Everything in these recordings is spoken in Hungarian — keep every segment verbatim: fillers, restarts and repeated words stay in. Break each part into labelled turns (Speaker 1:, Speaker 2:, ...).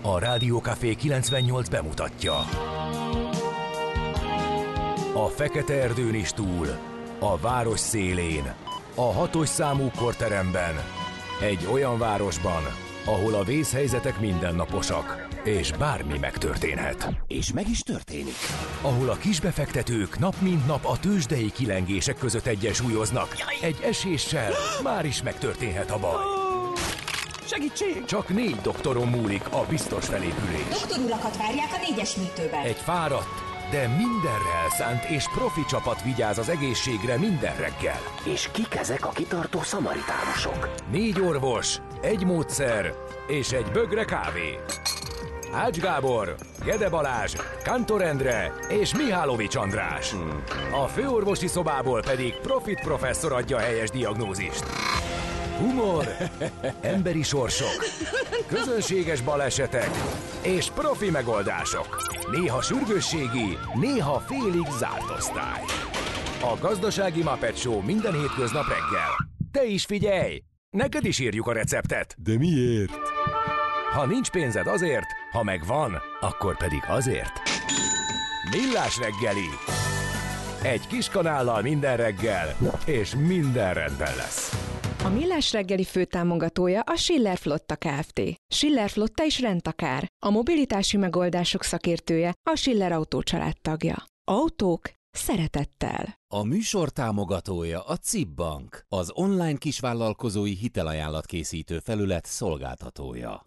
Speaker 1: A Rádió Café kilencvennyolc bemutatja. A fekete erdőn is túl, a város szélén, a hatos számú korteremben, egy olyan városban, ahol a vészhelyzetek mindennaposak, és bármi megtörténhet.
Speaker 2: És meg is történik.
Speaker 1: Ahol a kisbefektetők nap mint nap a tőzsdei kilengések között egyensúlyoznak. Egy eséssel már is megtörténhet a baj.
Speaker 2: Segítség!
Speaker 1: Csak négy doktoron múlik a biztos felépülés.
Speaker 3: Doktorulakat várják a négyes műtőben.
Speaker 1: Egy fáradt, de mindenre elszánt és profi csapat vigyáz az egészségre minden reggel.
Speaker 2: És kik ezek a kitartó szamaritánusok?
Speaker 1: Négy orvos, egy módszer és egy bögre kávé. Ács Gábor, Gede Balázs, Kántor Endre és Mihálovics András. Hmm. A főorvosi szobából pedig Profit professzor adja a helyes diagnózist. Humor, emberi sorsok, közönséges balesetek és profi megoldások. Néha sürgősségi, néha félig zárt osztály. A Gazdasági Muppet Show minden hétköznap reggel. Te is figyelj! Neked is írjuk a receptet.
Speaker 4: De miért?
Speaker 1: Ha nincs pénzed azért, ha megvan, akkor pedig azért. Millás reggeli. Egy kis kanállal minden reggel, és minden rendben lesz.
Speaker 5: A Millás reggeli főtámogatója a Schiller Flotta Kft. Schiller Flotta is rendtakár. A mobilitási megoldások szakértője a Schiller Autó család tagja. Autók szeretettel.
Speaker 6: A műsor támogatója a cé i bé Bank, az online kisvállalkozói hitelajánlatkészítő felület szolgáltatója.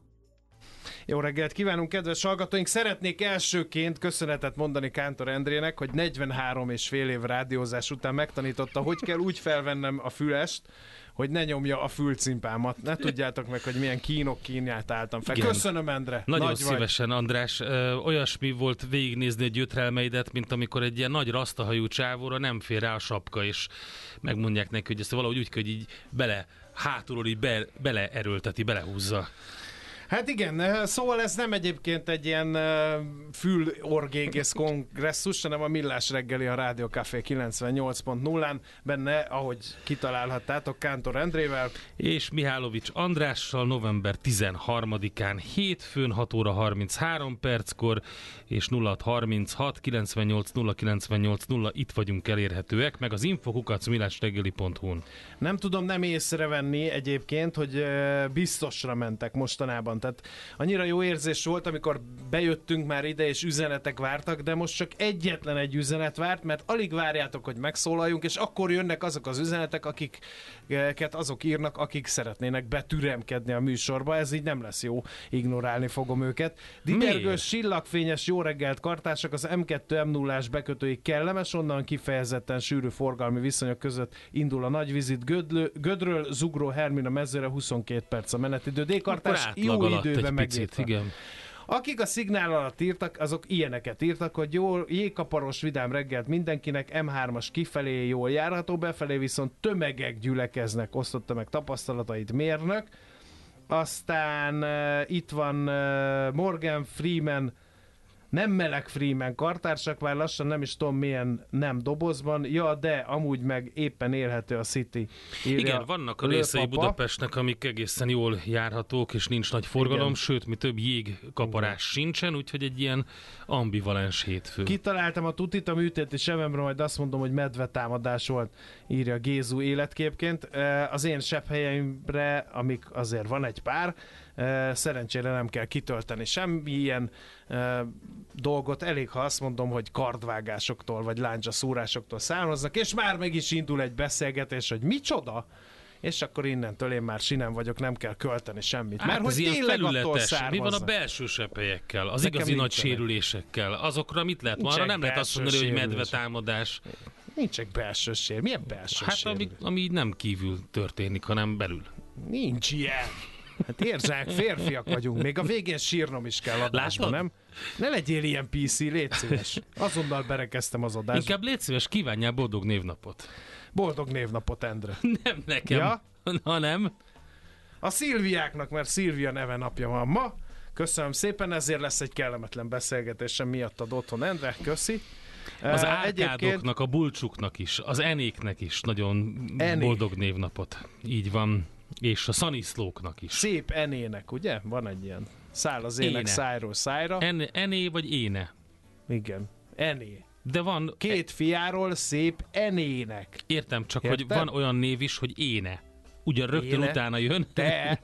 Speaker 7: Jó reggelt kívánunk, kedves hallgatóink! Szeretnék elsőként köszönetet mondani Kántor Endrének, hogy negyvenhárom és fél év rádiózás után megtanította, hogy kell úgy felvennem a fülest, hogy ne nyomja a fülcimpámat. Ne tudjátok meg, hogy milyen kínok kínját álltam fel. Igen. Köszönöm, Endre!
Speaker 8: Nagyon
Speaker 7: Nagy
Speaker 8: szívesen, vagy. András. Ö, olyasmi volt végignézni a gyötrelmeidet, mint amikor egy ilyen nagy rasztahajú csávóra nem fér rá a sapka, és megmondják neki, hogy ezt valahogy úgy kell, hogy így bele, hátulról így be, beleerőlteti, belehúzza.
Speaker 7: Hát igen, szóval ez nem egyébként egy ilyen uh, fülorgégész kongresszus, hanem a Millás reggeli a Rádió Café kilencvennyolc pont nullán, benne, ahogy kitalálhattátok, Kántor Endrével.
Speaker 8: És Mihálovics Andrással november tizenharmadikán hétfőn hat óra harminchárom perckor, és nulla hat harminchat kilencvennyolc nulla kilencvennyolc nulla itt vagyunk elérhetőek, meg az info kukac millásreggeli pont hu-n.
Speaker 7: Nem tudom nem észrevenni egyébként, hogy uh, biztosra mentek mostanában. Tehát annyira jó érzés volt, amikor bejöttünk már ide, és üzenetek vártak, de most csak egyetlen egy üzenet várt, mert alig várjátok, hogy megszólaljunk, és akkor jönnek azok az üzenetek, akiket azok írnak, akik szeretnének betüremkedni a műsorba. Ez így nem lesz jó, ignorálni fogom őket. Didergős, csillagfényes, jó reggelt kartársak, az em kettő em nullás bekötői kellemes, onnan kifejezetten sűrű forgalmi viszonyok között indul a nagyvizit Gödlő, Gödről, Zugró, Hermina mezőre, huszonkét perc a menetidő. D-kartás jó időben megírta. Igen. Akik a szignál alatt írtak, azok ilyeneket írtak, hogy jó jégkaparos vidám reggelt mindenkinek, em hármas kifelé jól járható, befelé viszont tömegek gyülekeznek, osztotta meg tapasztalatait mérnök. Aztán uh, itt van uh, Morgan Freeman, nem meleg Freeman kartársak, vár lassan nem is tudom milyen nem dobozban, ja, de amúgy meg éppen élhető a City.
Speaker 8: Igen, vannak a részei Budapestnek, amik egészen jól járhatók, és nincs nagy forgalom, igen. Sőt, mi több jégkaparás igen. sincsen, úgyhogy egy ilyen ambivalens hétfő. Kitaláltam
Speaker 7: a tutit, a műtéti sevemre, majd azt mondom, hogy medvetámadás volt, írja Gézu életképként. Az én sebhelyeimre, amik azért van egy pár, szerencsére nem kell kitölteni semmilyen dolgot, elég, ha azt mondom, hogy kardvágásoktól vagy láncsa szúrásoktól származnak, és már meg is indul egy beszélgetés, hogy micsoda, és akkor innentől én már sinem vagyok, nem kell költeni semmit.
Speaker 8: Hát,
Speaker 7: mert hogy tényleg attól származnak.
Speaker 8: Mi van a belső sebhelyekkel, az Nekem igazi nagy sérülésekkel? Azokra mit lehet? Arra nem lehet azt mondani, hogy medvetámadás.
Speaker 7: Nincsek belső sér. Milyen belső
Speaker 8: Hát
Speaker 7: sérülés?
Speaker 8: ami, ami nem kívül történik, hanem belül.
Speaker 7: Nincs ilyen. Hát érzsák, férfiak vagyunk, még a végén sírnom is kell adásban, nem? Ne legyél ilyen pé cé, légy szíves. Azonnal berekeztem az adást.
Speaker 8: Inkább légy szíves, kívánjál boldog névnapot.
Speaker 7: Boldog névnapot, Endre.
Speaker 8: Nem nekem, ja? hanem
Speaker 7: a Szilviáknak, mert Szilvia neve napja van ma. Köszönöm szépen, ezért lesz egy kellemetlen beszélgetésem miattad otthon, Endre. Köszi.
Speaker 8: Az uh, árkádoknak, a bulcsuknak is, az enéknek is nagyon Ené. boldog névnapot. Így van. És a szaniszlóknak is.
Speaker 7: Szép enének, ugye? Van egy ilyen Száll az ének
Speaker 8: Éne.
Speaker 7: szájról szájra.
Speaker 8: En, ené vagy éne?
Speaker 7: Igen. Ené.
Speaker 8: De van...
Speaker 7: Két fiáról szép Enének.
Speaker 8: Értem, csak
Speaker 7: Érted?
Speaker 8: hogy van olyan név is, hogy éne. Ugyan rögtön
Speaker 7: Éne?
Speaker 8: utána jön.
Speaker 7: Te!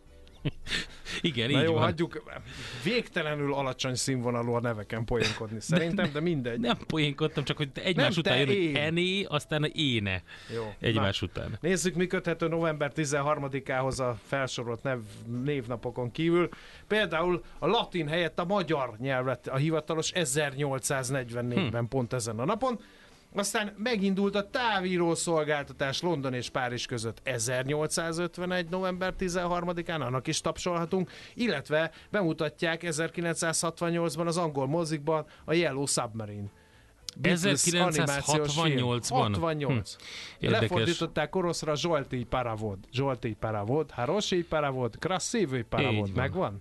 Speaker 8: Igen,
Speaker 7: Na
Speaker 8: így
Speaker 7: jó,
Speaker 8: van.
Speaker 7: hagyjuk. Végtelenül alacsony színvonalú a neveken poénkodni. Szerintem, de mindegy.
Speaker 8: Nem poénkodtam, csak hogy egymás
Speaker 7: Nem,
Speaker 8: után
Speaker 7: te
Speaker 8: jön, hogy
Speaker 7: én.
Speaker 8: ené, aztán a éne.
Speaker 7: Jó.
Speaker 8: Egymás
Speaker 7: Na,
Speaker 8: után.
Speaker 7: nézzük, mi köthető november tizenharmadikához a felsorolt nev, névnapokon kívül. Például a latin helyett a magyar nyelvet a hivatalos ezernyolcszáznegyvennégyben hm. pont ezen a napon. Aztán megindult a távíró szolgáltatás London és Párizs között ezernyolcszázötvenegy. november tizenharmadikán, annak is tapsolhatunk, illetve bemutatják ezerkilencszázhatvannyolcban az angol mozikban a Yellow Submarine.
Speaker 8: ezerkilencszázhatvannyolcban?
Speaker 7: hatvannyolc.
Speaker 8: Hm. Érdekes.
Speaker 7: Lefordították oroszra Zsolti Paravod. Zsolti Paravod, Harosi Paravod, Kraszívői Paravod.
Speaker 8: Így van.
Speaker 7: Megvan?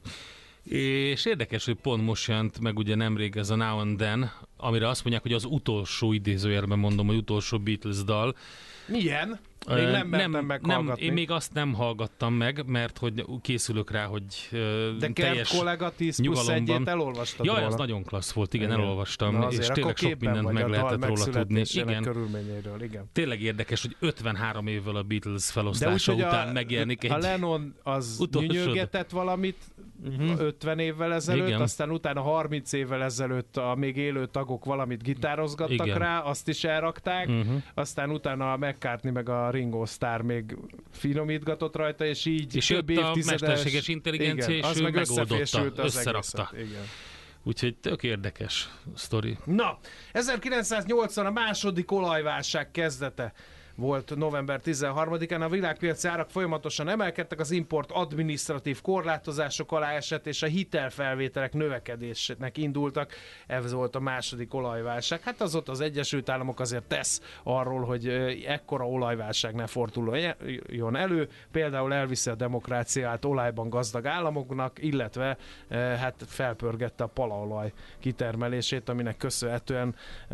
Speaker 8: És érdekes, hogy pont most jelent meg ugye nemrég ez a Now and Then, amire azt mondják, hogy az utolsó, idézőjelben mondom, hogy utolsó Beatles dal.
Speaker 7: Milyen? Még nem mertem
Speaker 8: nem,
Speaker 7: meghallgatni.
Speaker 8: Én még azt nem hallgattam meg, mert hogy készülök rá, hogy uh,
Speaker 7: De
Speaker 8: teljes
Speaker 7: Kert kollega tíz plusz egyet elolvastad
Speaker 8: Jaj,
Speaker 7: róla.
Speaker 8: az nagyon klassz volt, igen, igen. elolvastam,
Speaker 7: Na
Speaker 8: és
Speaker 7: azért,
Speaker 8: tényleg sok
Speaker 7: képben
Speaker 8: mindent meg lehetett róla tudni. Igen.
Speaker 7: Körülményeiről, igen.
Speaker 8: Tényleg érdekes, hogy ötvenhárom évvel a Beatles
Speaker 7: De
Speaker 8: feloszlása
Speaker 7: úgy,
Speaker 8: után
Speaker 7: a,
Speaker 8: megjelenik egy...
Speaker 7: A Lennon az
Speaker 8: utolsód.
Speaker 7: nyűnyögetett valamit uh-huh. ötven évvel ezelőtt,
Speaker 8: igen.
Speaker 7: aztán utána harminc évvel ezelőtt a még élő tagok valamit gitározgattak
Speaker 8: igen.
Speaker 7: rá, azt is elrakták, uh-huh. aztán utána a McCartney meg a Ringo Starr még finomítgatott rajta, és így
Speaker 8: és
Speaker 7: több
Speaker 8: jött a
Speaker 7: évtizedes...
Speaker 8: mesterséges intelligencia,
Speaker 7: igen,
Speaker 8: és
Speaker 7: az
Speaker 8: ő
Speaker 7: meg
Speaker 8: megoldotta,
Speaker 7: az
Speaker 8: összerakta.
Speaker 7: Igen.
Speaker 8: Úgyhogy tök érdekes sztori.
Speaker 7: Na, ezerkilencszáznyolcvan a második olajválság kezdete volt november tizenharmadikán. A világpiaci árak folyamatosan emelkedtek, az import adminisztratív korlátozások alá esett, és a hitelfelvételek növekedésnek indultak. Ez volt a második olajválság. Hát azóta az Egyesült Államok azért tesz arról, hogy ekkora olajválság ne forduljon elő. Például elviszi a demokráciát olajban gazdag államoknak, illetve hát felpörgette a palaolaj kitermelését, aminek köszönhetően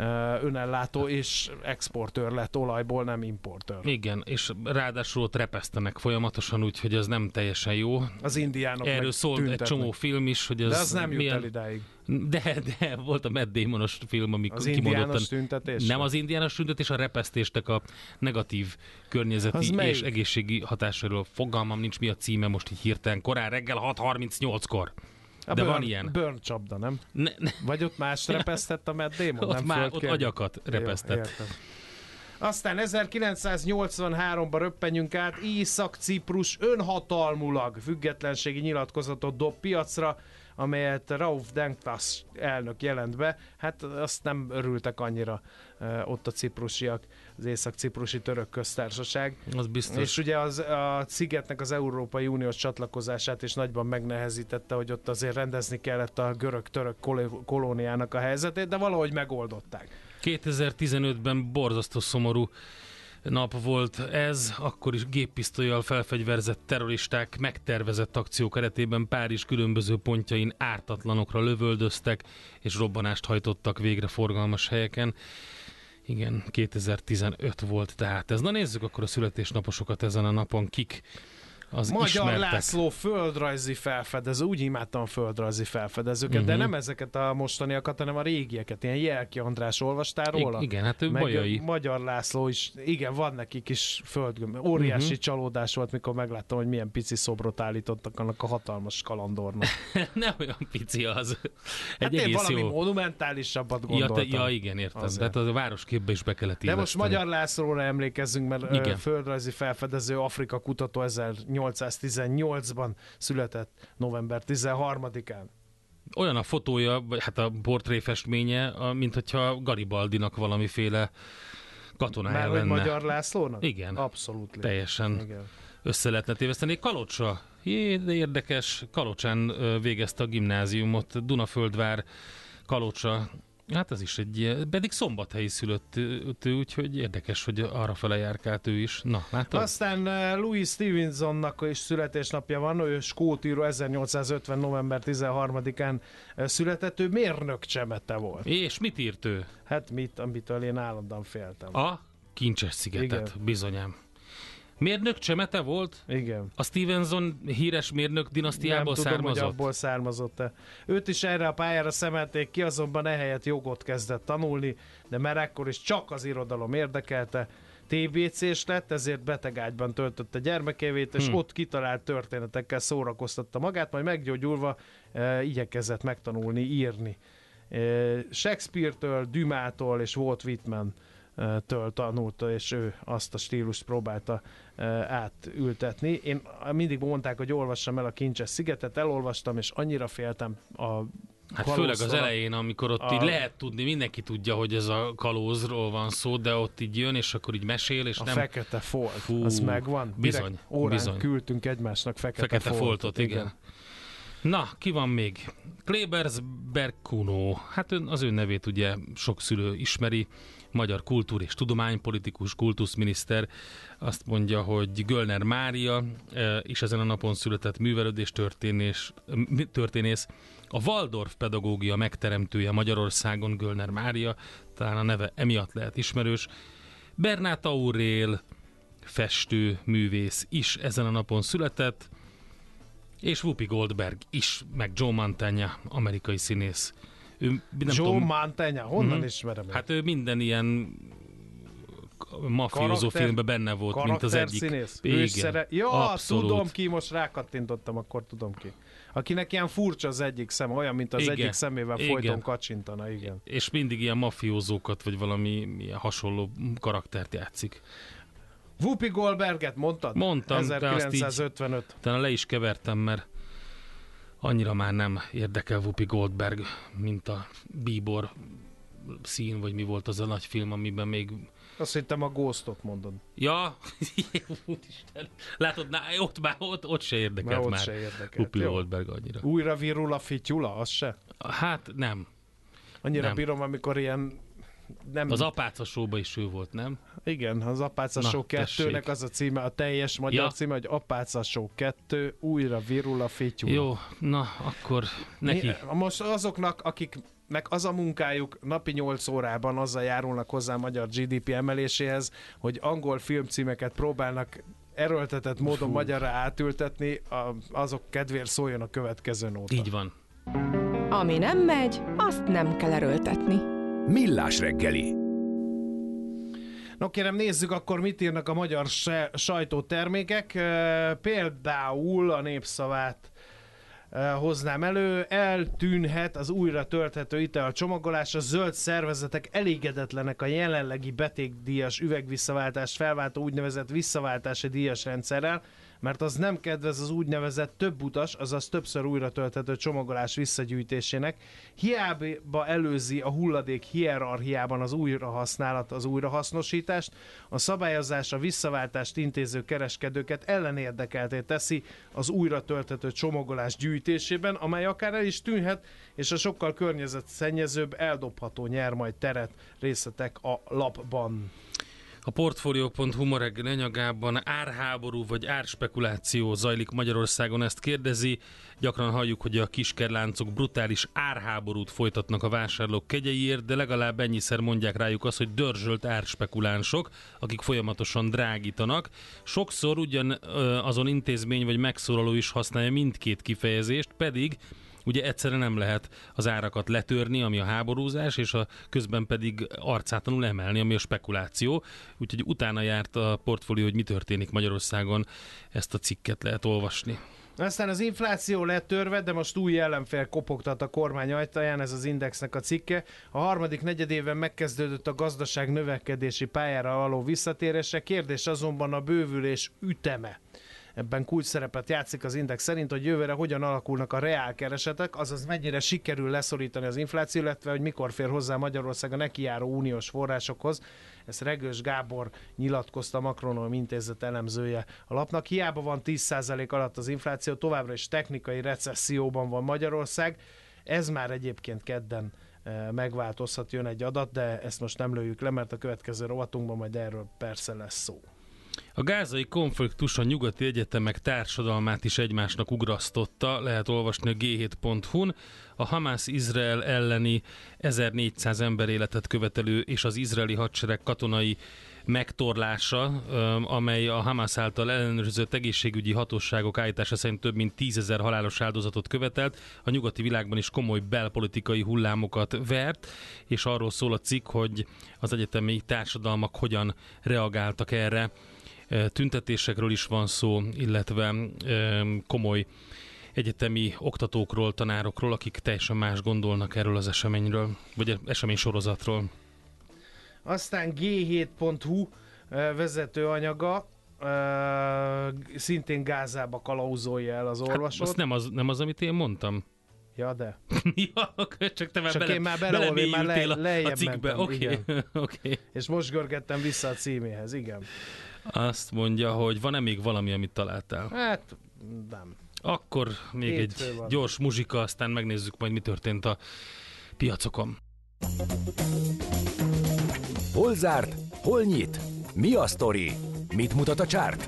Speaker 7: önellátó és exportőr lett olajból, nem importőr.
Speaker 8: Igen, és ráadásul ott repesztenek folyamatosan, úgyhogy ez nem teljesen jó.
Speaker 7: Az indiánok
Speaker 8: Erről szólt egy csomó film is, hogy ez...
Speaker 7: De az nem jut
Speaker 8: milyen...
Speaker 7: el idáig.
Speaker 8: De, de volt a Matt Damonos film, ami
Speaker 7: az
Speaker 8: kimondottan...
Speaker 7: indiános tüntetés?
Speaker 8: Nem az indiános tüntetés, a repesztésnek a negatív környezeti és egészségi hatásairól. Fogalmam nincs, mi a címe most így hirtelen. Korán reggel hat harmincnyolckor.
Speaker 7: A
Speaker 8: de
Speaker 7: burn,
Speaker 8: van ilyen.
Speaker 7: Burn csapda, nem?
Speaker 8: Ne, ne.
Speaker 7: Vagy ott más repesztett a Matt Damon?
Speaker 8: Ott
Speaker 7: nem
Speaker 8: már ott agyakat repesztett.
Speaker 7: Jó, aztán ezerkilencszáznyolcvanháromban röppenjünk át, Észak-Ciprus önhatalmulag függetlenségi nyilatkozatot dob piacra, amelyet Rauf Denktaş elnök jelent be. Hát azt nem örültek annyira uh, ott a ciprusiak, az Észak-Ciprusi Török Köztársaság.
Speaker 8: Az biztos.
Speaker 7: És ugye az, a szigetnek az Európai Uniós csatlakozását is nagyban megnehezítette, hogy ott azért rendezni kellett a görög-török kolóniának a helyzetét, de valahogy megoldották.
Speaker 8: kétezer-tizenötben borzasztó szomorú nap volt ez, akkor is géppisztollyal felfegyverzett terroristák megtervezett akció keretében Párizs különböző pontjain ártatlanokra lövöldöztek, és robbanást hajtottak végre forgalmas helyeken. Igen, kétezer-tizenöt volt tehát ez. Na nézzük akkor a születésnaposokat ezen a napon, kik az
Speaker 7: Magyar
Speaker 8: ismertek.
Speaker 7: László földrajzi felfedező, úgy imádtam a földrajzi felfedezőket, uh-huh. de nem ezeket a mostaniakat, hanem a régieket. Ilyen Jelki András, olvastál róla?
Speaker 8: I- igen, hát ő
Speaker 7: meg
Speaker 8: bajai.
Speaker 7: Magyar László is, igen, van nekik is földgömb. Óriási uh-huh. csalódás volt, mikor megláttam, hogy milyen pici szobrot állítottak annak a hatalmas kalandornak.
Speaker 8: Nem olyan pici az. Egy
Speaker 7: Hát én
Speaker 8: egész
Speaker 7: valami
Speaker 8: jó.
Speaker 7: monumentálisabbat
Speaker 8: Ja,
Speaker 7: gondoltam.
Speaker 8: te, ja, igen, értem.
Speaker 7: Azért.
Speaker 8: Tehát a városképbe is be kellett
Speaker 7: De
Speaker 8: illeszteni.
Speaker 7: most Magyar Lászlóra emlékezzünk, mert
Speaker 8: igen.
Speaker 7: földrajzi felfedező, Afrika kutató ezernyolcszáztizennyolcban született november tizenharmadikán.
Speaker 8: Olyan a fotója, vagy hát a portréfestménye, mint hogyha Garibaldinak valamiféle katonája
Speaker 7: Már
Speaker 8: lenne.
Speaker 7: hogy Magyar Lászlónak?
Speaker 8: Igen.
Speaker 7: Abszolút.
Speaker 8: Teljesen
Speaker 7: igen.
Speaker 8: össze lehetne téveszteni. Kalocsa, jé, de érdekes, Kalocsán végezte a gimnáziumot, Dunaföldvár, Kalocsa. Hát ez is egy ilyen, pedig szombathelyi szülött ő, úgyhogy érdekes, hogy arrafele járkált ő is. Na, látod?
Speaker 7: Aztán Louis Stevensonnak is születésnapja van, ő skótíró, ezernyolcszázötven. november tizenharmadikán született, ő mérnök csemete volt.
Speaker 8: És mit írt ő?
Speaker 7: Hát mit, amitől én állandóan féltem.
Speaker 8: A Kincses szigetet,
Speaker 7: igen.
Speaker 8: bizonyám. Mérnök Csemete volt?
Speaker 7: Igen.
Speaker 8: A Stevenson híres mérnök dinasztiából
Speaker 7: Nem tudom,
Speaker 8: származott?
Speaker 7: hogy abból származott-e. Őt is erre a pályára szemelték ki, azonban ehelyett jogot kezdett tanulni, de már ekkor is csak az irodalom érdekelte. té bé cés lett, ezért betegágyban töltötte gyermekévét, és hmm. ott kitalált történetekkel szórakoztatta magát, majd meggyógyulva e, igyekezett megtanulni, írni. E, Shakespeare-től, Dumától és Walt Whitman-től tanulta, és ő azt a stílust próbálta e, átültetni. Én mindig mondták, hogy olvassam el a Kincses szigetet, elolvastam, és annyira féltem a
Speaker 8: Hát főleg az elején, amikor ott
Speaker 7: a...
Speaker 8: így lehet tudni, mindenki tudja, hogy ez a kalózról van szó, de ott így jön, és akkor így mesél, és
Speaker 7: a
Speaker 8: nem...
Speaker 7: fekete folt,
Speaker 8: Fú,
Speaker 7: az megvan.
Speaker 8: Bizony,
Speaker 7: Direkt órán
Speaker 8: bizony.
Speaker 7: küldtünk egymásnak fekete,
Speaker 8: Fekete
Speaker 7: foltot,
Speaker 8: foltot, igen. igen. Na, ki van még? Klebersberg Kuno. Hát ön, az ő nevét ugye sok szülő ismeri. Magyar kultúr- és tudománypolitikus, kultuszminiszter. Azt mondja, hogy Göllner Mária is ezen a napon született művelődés történés, történész. A Waldorf pedagógia megteremtője Magyarországon Göllner Mária, talán a neve emiatt lehet ismerős. Bernát Aurél, festő, művész is ezen a napon született, és Whoopi Goldberg is, meg Joe Mantegna, amerikai színész. Ő, nem
Speaker 7: Joe
Speaker 8: tudom,
Speaker 7: Mantegna, honnan
Speaker 8: uh-huh.
Speaker 7: ismerem?
Speaker 8: Hát ő minden ilyen mafiózó
Speaker 7: Karakter-
Speaker 8: filmben benne volt, mint az egyik.
Speaker 7: Karakterszínész?
Speaker 8: Igen,
Speaker 7: Szere... Ja,
Speaker 8: abszolút.
Speaker 7: tudom ki, most rákattintottam, akkor tudom ki. Akinek ilyen furcsa az egyik szem, olyan, mint az
Speaker 8: Igen,
Speaker 7: egyik szemével
Speaker 8: igen.
Speaker 7: folyton kacsintana, igen.
Speaker 8: És mindig ilyen mafiózókat, vagy valami ilyen hasonló karaktert játszik.
Speaker 7: Whoopi Goldberget mondtad?
Speaker 8: Mondtam,
Speaker 7: ezerkilencszázötvenöt.
Speaker 8: de azt így, talán le is kevertem, mert annyira már nem érdekel Whoopi Goldberg, mint a Bíbor szín, vagy mi volt az a nagy film, amiben még...
Speaker 7: Azt hittem a Ghostot mondod.
Speaker 8: Ja, úristen. Látod, na, ott már, ott, ott se érdekelt
Speaker 7: Már ott
Speaker 8: már
Speaker 7: se érdekelt,
Speaker 8: Whoopi
Speaker 7: jó.
Speaker 8: Goldberg annyira.
Speaker 7: Újra virul a fityula, az se?
Speaker 8: Hát nem.
Speaker 7: Annyira
Speaker 8: Nem.
Speaker 7: bírom, amikor ilyen... Nem...
Speaker 8: Az Apáca Show-ban is ő volt, nem?
Speaker 7: Igen, az Apáca
Speaker 8: Na,
Speaker 7: Show kettőnek az a címe, a teljes magyar
Speaker 8: Ja.
Speaker 7: címe, hogy Apáca Show kettő, újra virul a fityula.
Speaker 8: Jó, na, akkor neki.
Speaker 7: Mi, most azoknak, akiknek az a munkájuk napi nyolc órában azzal járulnak hozzá a magyar gé dé pé emeléséhez, hogy angol filmcímeket próbálnak erőltetett módon
Speaker 8: Fú.
Speaker 7: magyarra átültetni, a, azok kedvéért szóljon a következő nóta.
Speaker 8: Így van.
Speaker 5: Ami nem megy, azt nem kell erőltetni.
Speaker 1: Millás reggeli.
Speaker 7: No kérem, nézzük akkor, mit írnak a magyar se, sajtótermékek. E, például a Népszavát e, hoznám elő. Eltűnhet az újra tölthető ital csomagolás. A zöld szervezetek elégedetlenek a jelenlegi betegdíjas üvegvisszaváltást felváltó úgynevezett visszaváltási díjas rendszerrel, mert az nem kedvez az úgynevezett több utas, azaz többször újra tölthető csomagolás visszagyűjtésének. Hiába előzi a hulladék hierarchiában az újrahasználat, az újrahasznosítást, a szabályozás a visszaváltást intéző kereskedőket ellenérdekelté teszi az újra tölthető csomagolás gyűjtésében, amely akár el is tűnhet, és a sokkal környezetszennyezőbb eldobható nyer majd teret. Részletek a lapban.
Speaker 8: A Portfolio pont hu ma reggel anyagában árháború vagy árspekuláció zajlik Magyarországon, ezt kérdezi. Gyakran halljuk, hogy a kiskerláncok brutális árháborút folytatnak a vásárlók kegyeiért, de legalább ennyiszer mondják rájuk azt, hogy dörzsölt árspekulánsok, akik folyamatosan drágítanak. Sokszor ugyan azon intézmény vagy megszólaló is használja mindkét kifejezést, pedig ugye egyszerre nem lehet az árakat letörni, ami a háborúzás, és a közben pedig arcátlanul emelni, ami a spekuláció. Úgyhogy utána járt a Portfolio, hogy mi történik Magyarországon, ezt a cikket lehet olvasni.
Speaker 7: Aztán az infláció lett törve, de most új ellenfél kopogtat a kormány ajtaján, ez az Indexnek a cikke. A harmadik negyedéven megkezdődött a gazdaság növekedési pályára való visszatérése, kérdés azonban a bővülés üteme. Ebben kulcs szerepet játszik az Index szerint, hogy jövőre hogyan alakulnak a reálkeresetek, azaz mennyire sikerül leszorítani az infláció, illetve hogy mikor fér hozzá Magyarország a nekijáró uniós forrásokhoz. Ezt Regős Gábor nyilatkozta, a Makronom Intézet elemzője a lapnak. Hiába van tíz százalék alatt az infláció, továbbra is technikai recesszióban van Magyarország. Ez már egyébként kedden megváltozhat, jön egy adat, de ezt most nem lőjük le, mert a következő rovatunkban majd erről persze lesz szó.
Speaker 8: A gázai konfliktus a nyugati egyetemek társadalmát is egymásnak ugrasztotta, lehet olvasni a gé hét pont hu-n. A Hamász Izrael elleni ezernégyszáz emberéletet követelő és az izraeli hadsereg katonai megtorlása, amely a Hamas által ellenőrzött egészségügyi hatóságok állítása szerint több mint tízezer halálos áldozatot követelt, a nyugati világban is komoly belpolitikai hullámokat vert, és arról szól a cikk, hogy az egyetemi társadalmak hogyan reagáltak erre. Tüntetésekről is van szó, illetve komoly egyetemi oktatókról, tanárokról, akik teljesen más gondolnak erről az eseményről, vagy esemény sorozatról.
Speaker 7: Aztán gé hét pont hú vezetőanyaga, szintén Gázába kalauzolja el az orvosot.
Speaker 8: Hát, azt nem az, nem az, amit én mondtam.
Speaker 7: Ja, de.
Speaker 8: Ja, csak te már
Speaker 7: csak
Speaker 8: bele,
Speaker 7: én már belolva, én már le,
Speaker 8: a,
Speaker 7: lejjebb
Speaker 8: a cikkbe. Oké,
Speaker 7: okay.
Speaker 8: okay.
Speaker 7: És most görgettem vissza a címéhez, igen.
Speaker 8: Azt mondja, hogy van-e még valami, amit találtál?
Speaker 7: Hát, nem.
Speaker 8: Akkor még Hétfő egy van. Gyors muzsika, aztán megnézzük majd, mi történt a piacokon.
Speaker 1: Hol zárt? Hol nyit? Mi a sztori? Mit mutat a csárt?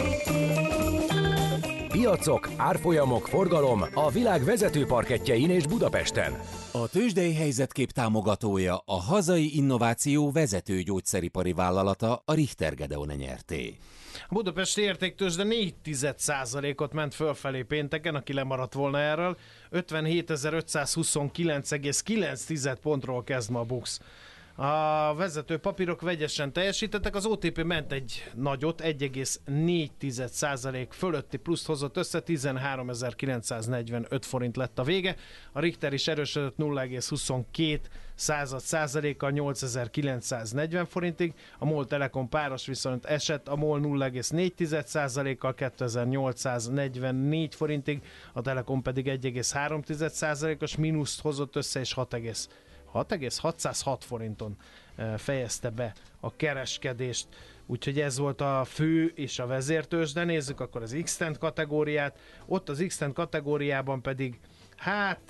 Speaker 1: Piacok, árfolyamok, forgalom a világ vezető parkettjein és Budapesten.
Speaker 6: A tőzsdei helyzetkép támogatója, a hazai innováció vezető gyógyszeripari vállalata, a Richter Gedeon nyerté.
Speaker 7: A budapesti értéktőzsde négy tized százalékot ment fölfelé pénteken, aki lemaradt volna erről. ötvenhétezer-ötszázhuszonkilenc egész kilenc pontról kezd ma a BUX. A vezető papírok vegyesen teljesítettek, az o té pé ment egy nagyot, egy egész négy tized százalék fölötti pluszt hozott össze, tizenháromezer-kilencszáznegyvenöt forint lett a vége. A Richter is erősödött nulla egész huszonkettő százalékkal nyolcezer-kilencszáznegyven forintig, a MOL Telekom páros viszont esett, a MOL nulla egész négy tized százalékkal kétezer-nyolcszáznegyvennégy forintig, a Telekom pedig egy egész három tized százalékos mínuszt hozott össze, és hat egész hatszázhat forinton fejezte be a kereskedést. Úgyhogy ez volt a fő és a vezértőzsde. Nézzük akkor az X-Tent kategóriát. Ott az X-Tent kategóriában pedig, hát,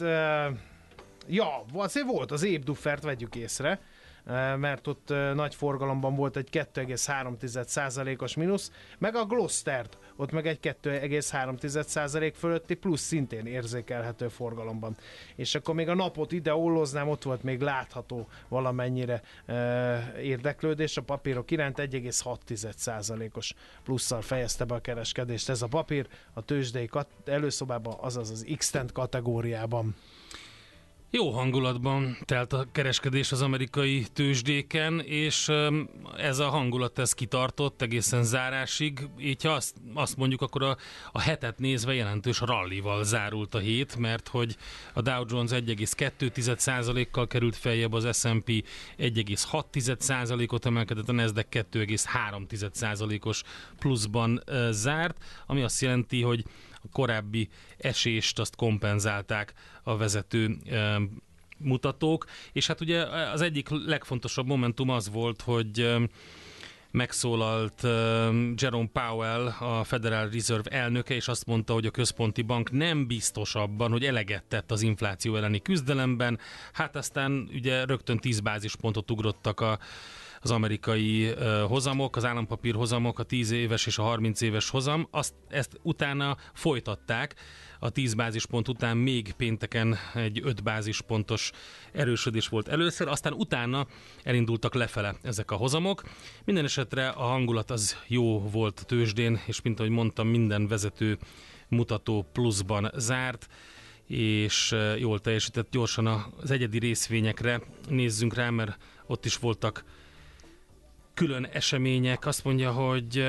Speaker 7: ja, azért volt az Ébduffert, vegyük észre, mert ott nagy forgalomban volt egy kettő egész három tized százalékos mínusz, meg a Gloster-t, ott meg egy kettő egész három tized százalék fölötti plusz szintén érzékelhető forgalomban. És akkor még a napot ide olloznám, ott volt még látható valamennyire e, érdeklődés a papírok iránt, egy egész hat tized százalékos plusszal fejezte be a kereskedést ez a papír a tőzsdei kat- előszobában, azaz az X-Tent kategóriában.
Speaker 8: Jó hangulatban telt a kereskedés az amerikai tőzsdéken, és ez a hangulat ez kitartott egészen zárásig. Így ha azt, azt mondjuk, akkor a, a hetet nézve jelentős rallival zárult a hét, mert hogy a Dow Jones egy egész kettő tized százalékkal került feljebb, az es and pé egy egész hat tized százalékot emelkedett, a Nasdaq kettő egész három tized százalékos pluszban uh, zárt, ami azt jelenti, hogy a korábbi esést azt kompenzálták a vezető e, mutatók, és hát ugye az egyik legfontosabb momentum az volt, hogy e, megszólalt e, Jerome Powell, a Federal Reserve elnöke, és azt mondta, hogy a központi bank nem biztos abban, hogy eleget tett az infláció elleni küzdelemben. Hát aztán ugye rögtön tíz bázispontot ugrottak a az amerikai uh, hozamok, az állampapír hozamok, a tíz éves és a harminc éves hozam, azt, ezt utána folytatták, a tíz bázispont után még pénteken egy öt bázispontos erősödés volt először, aztán utána elindultak lefele ezek a hozamok. Minden esetre a hangulat az jó volt a tőzsdén, és mint ahogy mondtam, minden vezető mutató pluszban zárt, és jól teljesített. Gyorsan az egyedi részvényekre nézzünk rá, mert ott is voltak külön események. Azt mondja, hogy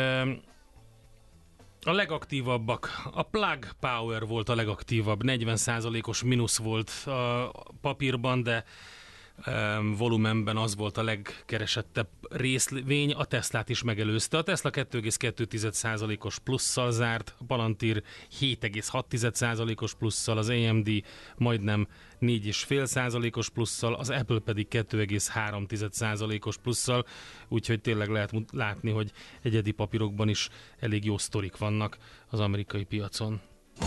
Speaker 8: a legaktívabbak, a Plug Power volt a legaktívabb, negyven százalékos mínusz volt a papírban, de um, volumenben az volt a legkeresettebb részvény, a Teslát is megelőzte. A Tesla kettő egész kettő tized százalékos plusszal zárt, a Palantir hét egész hat tized százalékos plusszal, az á em dé majdnem négy egész öt százalékos plusszal, az Apple pedig kettő egész három tized százalékos plusszal, úgyhogy tényleg lehet látni, hogy egyedi papírokban is elég jó sztorik vannak az amerikai piacon.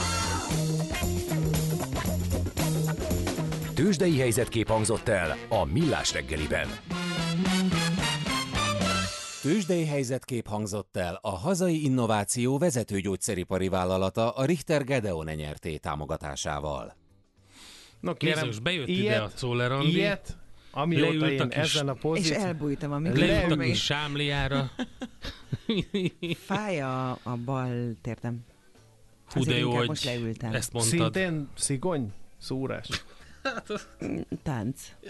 Speaker 1: Tőzsdei helyzetkép hangzott el a Millás reggeliben.
Speaker 6: Tőzsdei helyzetkép hangzott el a hazai innováció vezető gyógyszeripari vállalata, a Richter Gedeon nyerté támogatásával.
Speaker 7: No,
Speaker 8: kérem, Nézzük, bejött ilyet, ide a Czoller Andi.
Speaker 7: Ilyet, amióta én
Speaker 8: is,
Speaker 7: ezen a
Speaker 4: És
Speaker 7: pozíció...
Speaker 4: elbújtam a
Speaker 8: Leültek
Speaker 4: mikrofonba.
Speaker 8: is sámliára.
Speaker 4: Fáj a, a bal térdem.
Speaker 8: Hú, de
Speaker 4: Azért
Speaker 8: jó,
Speaker 4: inkább
Speaker 8: hogy
Speaker 4: most leültem.
Speaker 8: ezt mondtad.
Speaker 7: Szintén szigony? Szúrás?
Speaker 4: Tánc.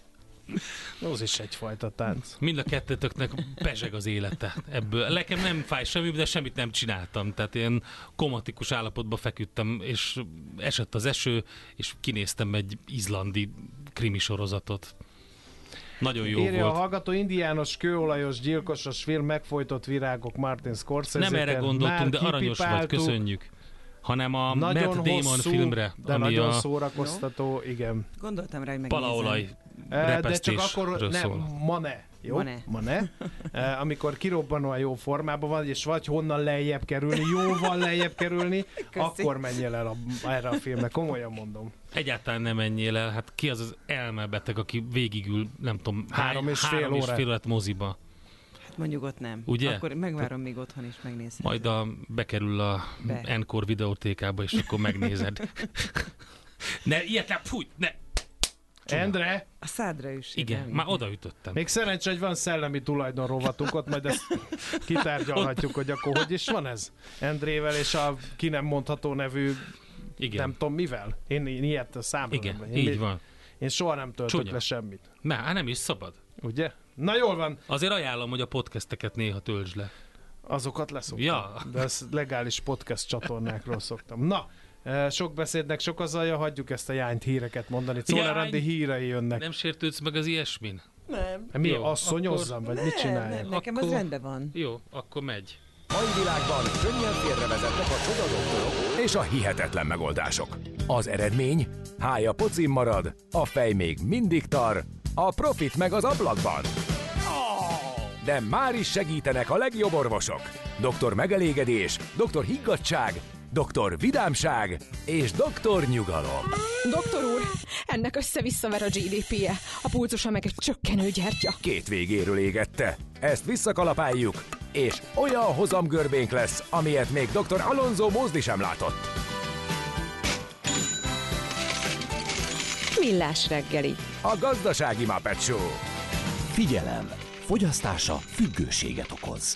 Speaker 7: Az is egyfajta tánc.
Speaker 8: Mind a kettőtöknek pezseg az élete ebből. Nekem nem fáj semmi, de semmit nem csináltam. Tehát ilyen komatikus állapotba feküdtem, és esett az eső, és kinéztem egy izlandi krimi sorozatot. Nagyon jó
Speaker 7: Írja
Speaker 8: volt.
Speaker 7: a hallgató, indiános, kőolajos, gyilkosos film, megfojtott virágok Martin Scorsese.
Speaker 8: Nem erre gondoltunk, de aranyos vagy, köszönjük. Hanem a
Speaker 7: Nagyon
Speaker 8: Matt Damon
Speaker 7: hosszú,
Speaker 8: filmre,
Speaker 7: de
Speaker 8: ami
Speaker 7: nagyon
Speaker 8: a
Speaker 7: szórakoztató, igen.
Speaker 4: Gondoltam rá, hogy megnézem.
Speaker 8: palaolaj
Speaker 7: Eh, De csak akkor
Speaker 8: repesztésről
Speaker 7: ne,
Speaker 8: szól.
Speaker 7: ma ne. Jó?
Speaker 4: Ma ne.
Speaker 7: Ma ne. Eh, Amikor kirobbanóan jó formában van, és vagy honnan lejjebb kerülni, jóval lejjebb kerülni,
Speaker 4: Köszi.
Speaker 7: akkor menjél el a, erre a filmre. Komolyan mondom.
Speaker 8: Egyáltalán nem menjél el. Hát ki az az elmebeteg, aki végigül, nem tudom,
Speaker 7: Három és fél
Speaker 8: három és
Speaker 7: órát.
Speaker 8: fél órát moziba.
Speaker 4: Hát mondjuk ott nem.
Speaker 8: Ugye?
Speaker 4: Akkor megvárom, míg otthon is megnézem.
Speaker 8: Majd a, bekerül a
Speaker 4: Be.
Speaker 8: Encore videótékába, és akkor megnézed. Ne, ilyet nem, fúj, ne!
Speaker 7: Endre,
Speaker 4: A szádra is.
Speaker 8: Igen, már odaütöttem.
Speaker 7: még szerencsé, hogy van szellemi tulajdon rovatunk, ott majd ezt kitárgyalhatjuk, hogy akkor hogy is van ez? Endrével és a ki nem mondható nevű,
Speaker 8: Igen,
Speaker 7: nem tudom mivel. Én, én ilyet a számra
Speaker 8: igen,
Speaker 7: nem. Én,
Speaker 8: így
Speaker 7: mi-
Speaker 8: van.
Speaker 7: Én soha nem töltök
Speaker 8: Csúnya.
Speaker 7: le semmit.
Speaker 8: Na, hát nem is szabad.
Speaker 7: Ugye? Na jól van,
Speaker 8: Azért ajánlom, hogy a podcasteket néha töltsd le.
Speaker 7: azokat leszoktam.
Speaker 8: Ja.
Speaker 7: De ezt legális podcast csatornákról szoktam. Na, eh, sok beszédnek sok az alja, hagyjuk ezt a jányt híreket mondani. Czoller
Speaker 8: Jány.
Speaker 7: Andi hírei jönnek.
Speaker 8: Nem sértődsz meg az ilyesmin?
Speaker 4: Nem.
Speaker 7: Mi,
Speaker 8: Jó,
Speaker 7: asszonyozzam, vagy mit
Speaker 4: Nem,
Speaker 7: csinálják?
Speaker 4: nem, nekem
Speaker 8: Akkor-
Speaker 4: az rendben van.
Speaker 8: Jó, akkor megy.
Speaker 1: Mai világban könnyen félrevezetnek a csodadoktorok és a hihetetlen megoldások. Az eredmény? Hája pocim marad, a fej még mindig tar, a profit meg az ablakban. De már is segítenek a legjobb orvosok. doktor Megelégedés, doktor Higgadtság, doktor Vidámság és doktor Nyugalom.
Speaker 5: Doktor úr, ennek össze-visszaver a gé dé pé-je, a pulzusa meg egy csökkenő gyertya.
Speaker 1: Két végéről égette. Ezt visszakalapáljuk, és olyan hozamgörbénk lesz, amilyet még doktor Alonso Mózdi sem látott.
Speaker 5: Millás reggeli.
Speaker 1: A gazdasági Muppet Show.
Speaker 2: Figyelem! Fogyasztása függőséget okoz.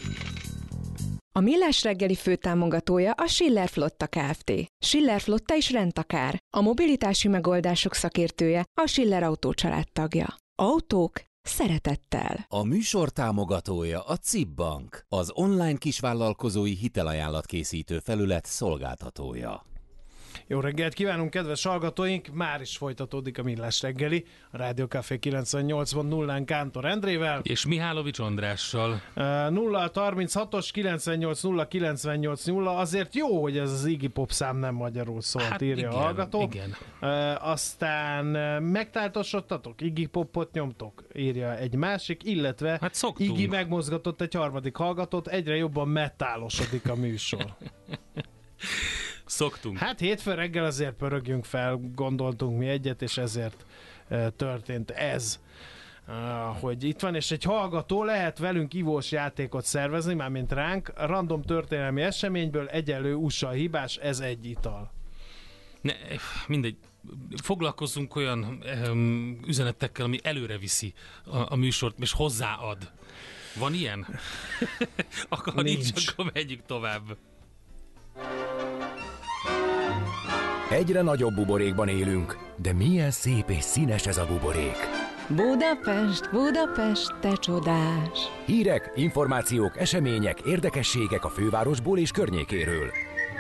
Speaker 5: A Millás reggeli főtámogatója a Schiller Flotta Kft. Schiller Flotta is rendtakár. A mobilitási megoldások szakértője, a Schiller Autó családtagja. Autók szeretettel.
Speaker 6: A műsor támogatója a cé i bé Bank, az online kisvállalkozói hitelajánlatkészítő felület szolgáltatója.
Speaker 7: Jó reggelt kívánunk, kedves hallgatóink! Már is folytatódik a Millás reggeli, a Rádió Café kilencvennyolc pont nullán Kántor Endrével.
Speaker 8: És Mihálovics Andrással.
Speaker 7: Uh, nulla harminchatos kilencvennyolc nulla kilencvennyolc nulla. Azért jó, hogy ez az Iggy Pop szám nem magyarul szólt, hát írja
Speaker 8: igen,
Speaker 7: a hallgató.
Speaker 8: igen.
Speaker 7: Uh, aztán uh, megtáltosodtatok, Iggy Popot nyomtok, írja egy másik, illetve
Speaker 8: Hát szoktunk.
Speaker 7: Iggy megmozgatott egy harmadik hallgatót, egyre jobban metálosodik a műsor.
Speaker 8: Szoktunk.
Speaker 7: Hát hétfő reggel azért pörögjünk fel, gondoltunk mi egyet, és ezért uh, történt ez. Uh, hogy itt van, és egy hallgató lehet velünk ivós játékot szervezni, mármint ránk, random történelmi eseményből egyenlő u es á hibás, ez egy ital.
Speaker 8: Ne, mindegy. Foglalkozzunk olyan um, üzenetekkel, ami előre viszi a, a műsort, és hozzáad. Van ilyen? Akkor ha nincs,
Speaker 7: Nincs.
Speaker 8: akkor megyünk tovább.
Speaker 1: Egyre nagyobb buborékban élünk, de milyen szép és színes ez a buborék.
Speaker 5: Budapest, Budapest, te csodás!
Speaker 1: Hírek, információk, események, érdekességek a fővárosból és környékéről.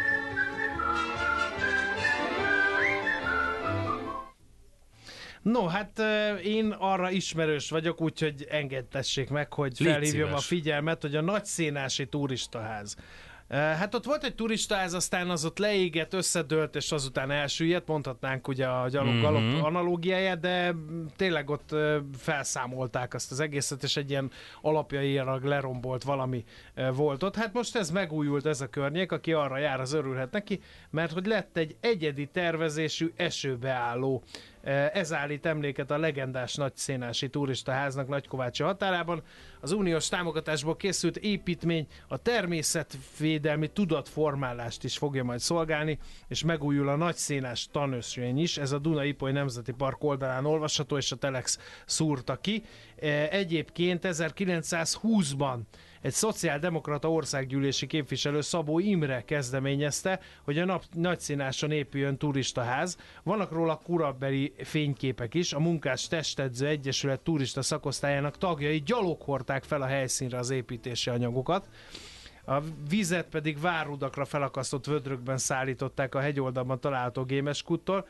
Speaker 7: No, hát uh, én arra ismerős vagyok, úgyhogy engedtessék meg, hogy
Speaker 8: Légy
Speaker 7: felhívjam
Speaker 8: szíves.
Speaker 7: a figyelmet, hogy a Nagyszénási turistaház. Uh, hát ott volt egy turistaház, aztán az ott leégett, összedőlt, és azután elsüllyedt, mondhatnánk ugye a gyalog-galop
Speaker 8: Mhm.
Speaker 7: analógiáját, de tényleg ott uh, felszámolták azt az egészet, és egy ilyen alapjailag lerombolt valami uh, volt ott. Hát most ez megújult, ez a környék, aki arra jár, az örülhet neki, mert hogy lett egy egyedi tervezésű esőbeálló Ez állít emléket a legendás nagyszénási turistaháznak Nagykovácsi határában. Az uniós támogatásból készült építmény a természetvédelmi tudatformálást is fogja majd szolgálni, és megújul a nagyszénás tanösvény is. Ez a Duna-Ipoly Nemzeti Park oldalán olvasható, és a Telex szúrta ki. Egyébként ezerkilencszázhúszban egy szociáldemokrata országgyűlési képviselő, Szabó Imre kezdeményezte, hogy a nap, Nagyszínáson épüljön turistaház. Vannak róla korabeli fényképek is. A Munkás Testedző Egyesület turista szakosztályának tagjai gyalog hordták fel a helyszínre az építési anyagokat. A vizet pedig várrudakra felakasztott vödrökben szállították a hegyoldalban található Gémeskúttól,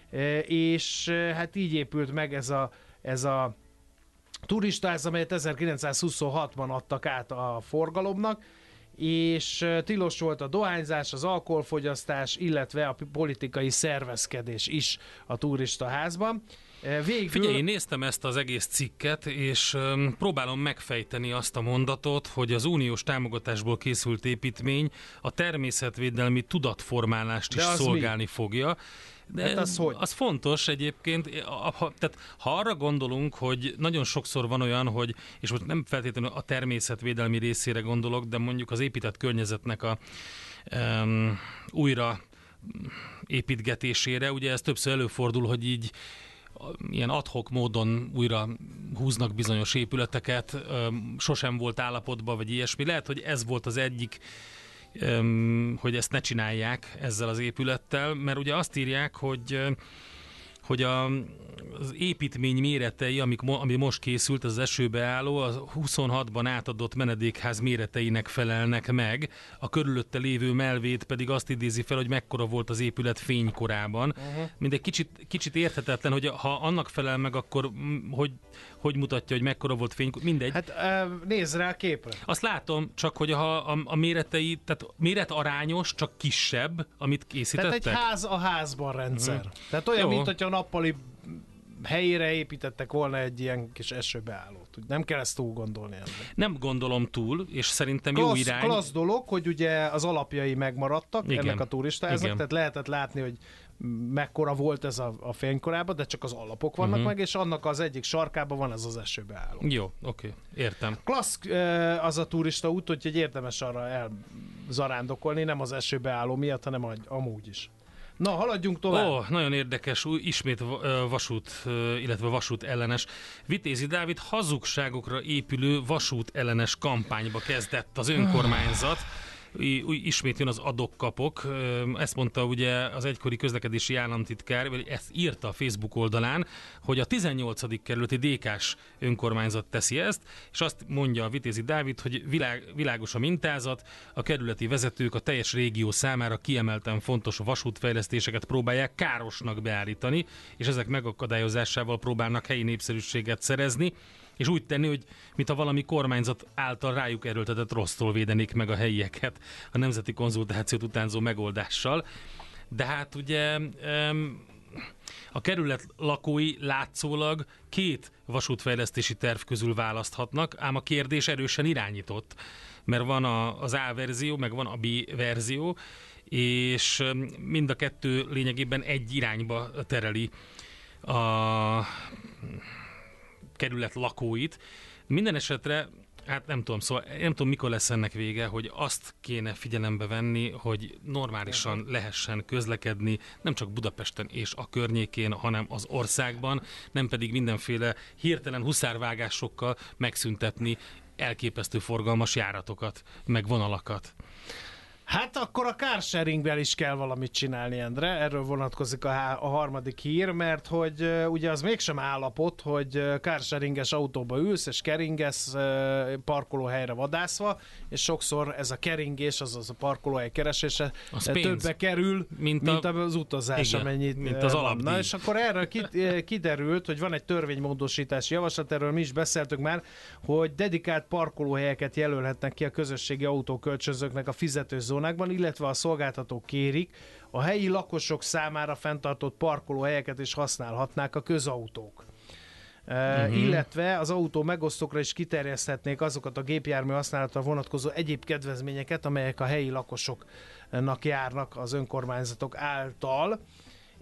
Speaker 7: és hát így épült meg ez a, ez a turistaház, amelyet ezerkilencszázhuszonhatban adtak át a forgalomnak, és tilos volt a dohányzás, az alkoholfogyasztás, illetve a politikai szervezkedés is a turistaházban. Végül...
Speaker 8: Figyelj, én néztem ezt az egész cikket, és um, próbálom megfejteni azt a mondatot, hogy az uniós támogatásból készült építmény a természetvédelmi tudatformálást is szolgálni mi? fogja. De hát az, hogy? az fontos egyébként, ha, tehát ha arra gondolunk, hogy nagyon sokszor van olyan, hogy, és most nem feltétlenül a természetvédelmi részére gondolok, de mondjuk az épített környezetnek a um, újra építgetésére, ugye ez többször előfordul, hogy így ilyen ad-hoc módon újra húznak bizonyos épületeket, sosem volt állapotban, vagy ilyesmi. Lehet, hogy ez volt az egyik, hogy ezt ne csinálják ezzel az épülettel, mert ugye azt írják, hogy hogy a, az építmény méretei, amik, ami most készült, az esőbe álló, az huszonhatban átadott menedékház méreteinek felelnek meg, a körülötte lévő melvét pedig azt idézi fel, hogy mekkora volt az épület fénykorában. Uh-huh. Mindegy kicsit, kicsit érthetetlen, hogy ha annak felel meg, akkor hogy, hogy mutatja, hogy mekkora volt fénykor, mindegy.
Speaker 7: Hát nézz rá a képre.
Speaker 8: Azt látom, csak hogy ha a, a méretei, tehát méret arányos, csak kisebb, amit készítettek.
Speaker 7: Tehát egy ház a házban rendszer. Uh-huh. Tehát olyan, Jó. mint hogyha a nappali helyére építettek volna egy ilyen kis esőbeállót. Nem kell ezt túl gondolni ennek.
Speaker 8: Nem gondolom túl, és szerintem
Speaker 7: klassz,
Speaker 8: jó irány.
Speaker 7: Klassz dolog, hogy ugye az alapjai megmaradtak Igen. ennek a turistaháznak, tehát lehetett látni, hogy mekkora volt ez a, a fénykorában, de csak az alapok vannak uh-huh. meg, és annak az egyik sarkában van ez az esőbeálló.
Speaker 8: Jó, oké, értem.
Speaker 7: Klassz az a turista út, úgyhogy érdemes arra elzarándokolni, nem az esőbeálló miatt, hanem amúgy is. Na, haladjunk tovább.
Speaker 8: Ó, nagyon érdekes, ismét vasút, illetve vasút ellenes. Vitézi Dávid hazugságokra épülő vasút ellenes kampányba kezdett az önkormányzat. Ismét jön az adok-kapok. Ezt mondta ugye az egykori közlekedési államtitkár, vagy ezt írta a Facebook oldalán, hogy a tizennyolcadik kerületi dé ká-s önkormányzat teszi ezt, és azt mondja a Vitézi Dávid, hogy világ, világos a mintázat, a kerületi vezetők a teljes régió számára kiemelten fontos vasútfejlesztéseket próbálják károsnak beállítani, és ezek megakadályozásával próbálnak helyi népszerűséget szerezni, és úgy tenni, hogy mintha valami kormányzat által rájuk erőltetett rossztól védenék meg a helyieket a nemzeti konzultációt utánzó megoldással. De hát ugye a kerület lakói látszólag két vasútfejlesztési terv közül választhatnak, ám a kérdés erősen irányított, mert van a, az A verzió, meg van a B verzió, és mind a kettő lényegében egy irányba tereli a kerület lakóit. Minden esetre, hát nem tudom, szóval nem tudom, mikor lesz ennek vége, hogy azt kéne figyelembe venni, hogy normálisan lehessen közlekedni, nem csak Budapesten és a környékén, hanem az országban, nem pedig mindenféle hirtelen huszárvágásokkal megszüntetni elképesztő forgalmas járatokat, meg vonalakat.
Speaker 7: Hát akkor a carsharingből is kell valamit csinálni, Endre. Erről vonatkozik a, há- a harmadik hír, mert hogy uh, ugye az mégsem állapot, hogy uh, carsharinges autóba ülsz, és keringesz uh, parkolóhelyre vadászva, és sokszor ez a keringés, azaz a parkolóhely keresése
Speaker 8: az
Speaker 7: többe kerül, mint, mint a, az utazás, igen, amennyit
Speaker 8: mint az alapdíj.
Speaker 7: Na, és akkor erről kiderült, hogy van egy törvénymódosítási javaslat, erről mi is beszéltünk már, hogy dedikált parkolóhelyeket jelölhetnek ki a közösségi autókölcsönzőknek a fizető zónákban, illetve a szolgáltatók kérik, a helyi lakosok számára fenntartott parkolóhelyeket is használhatnák a közautók. Uh-huh. Uh, illetve az autó megosztókra is kiterjeszthetnék azokat a gépjármű használatra vonatkozó egyéb kedvezményeket, amelyek a helyi lakosoknak járnak az önkormányzatok által.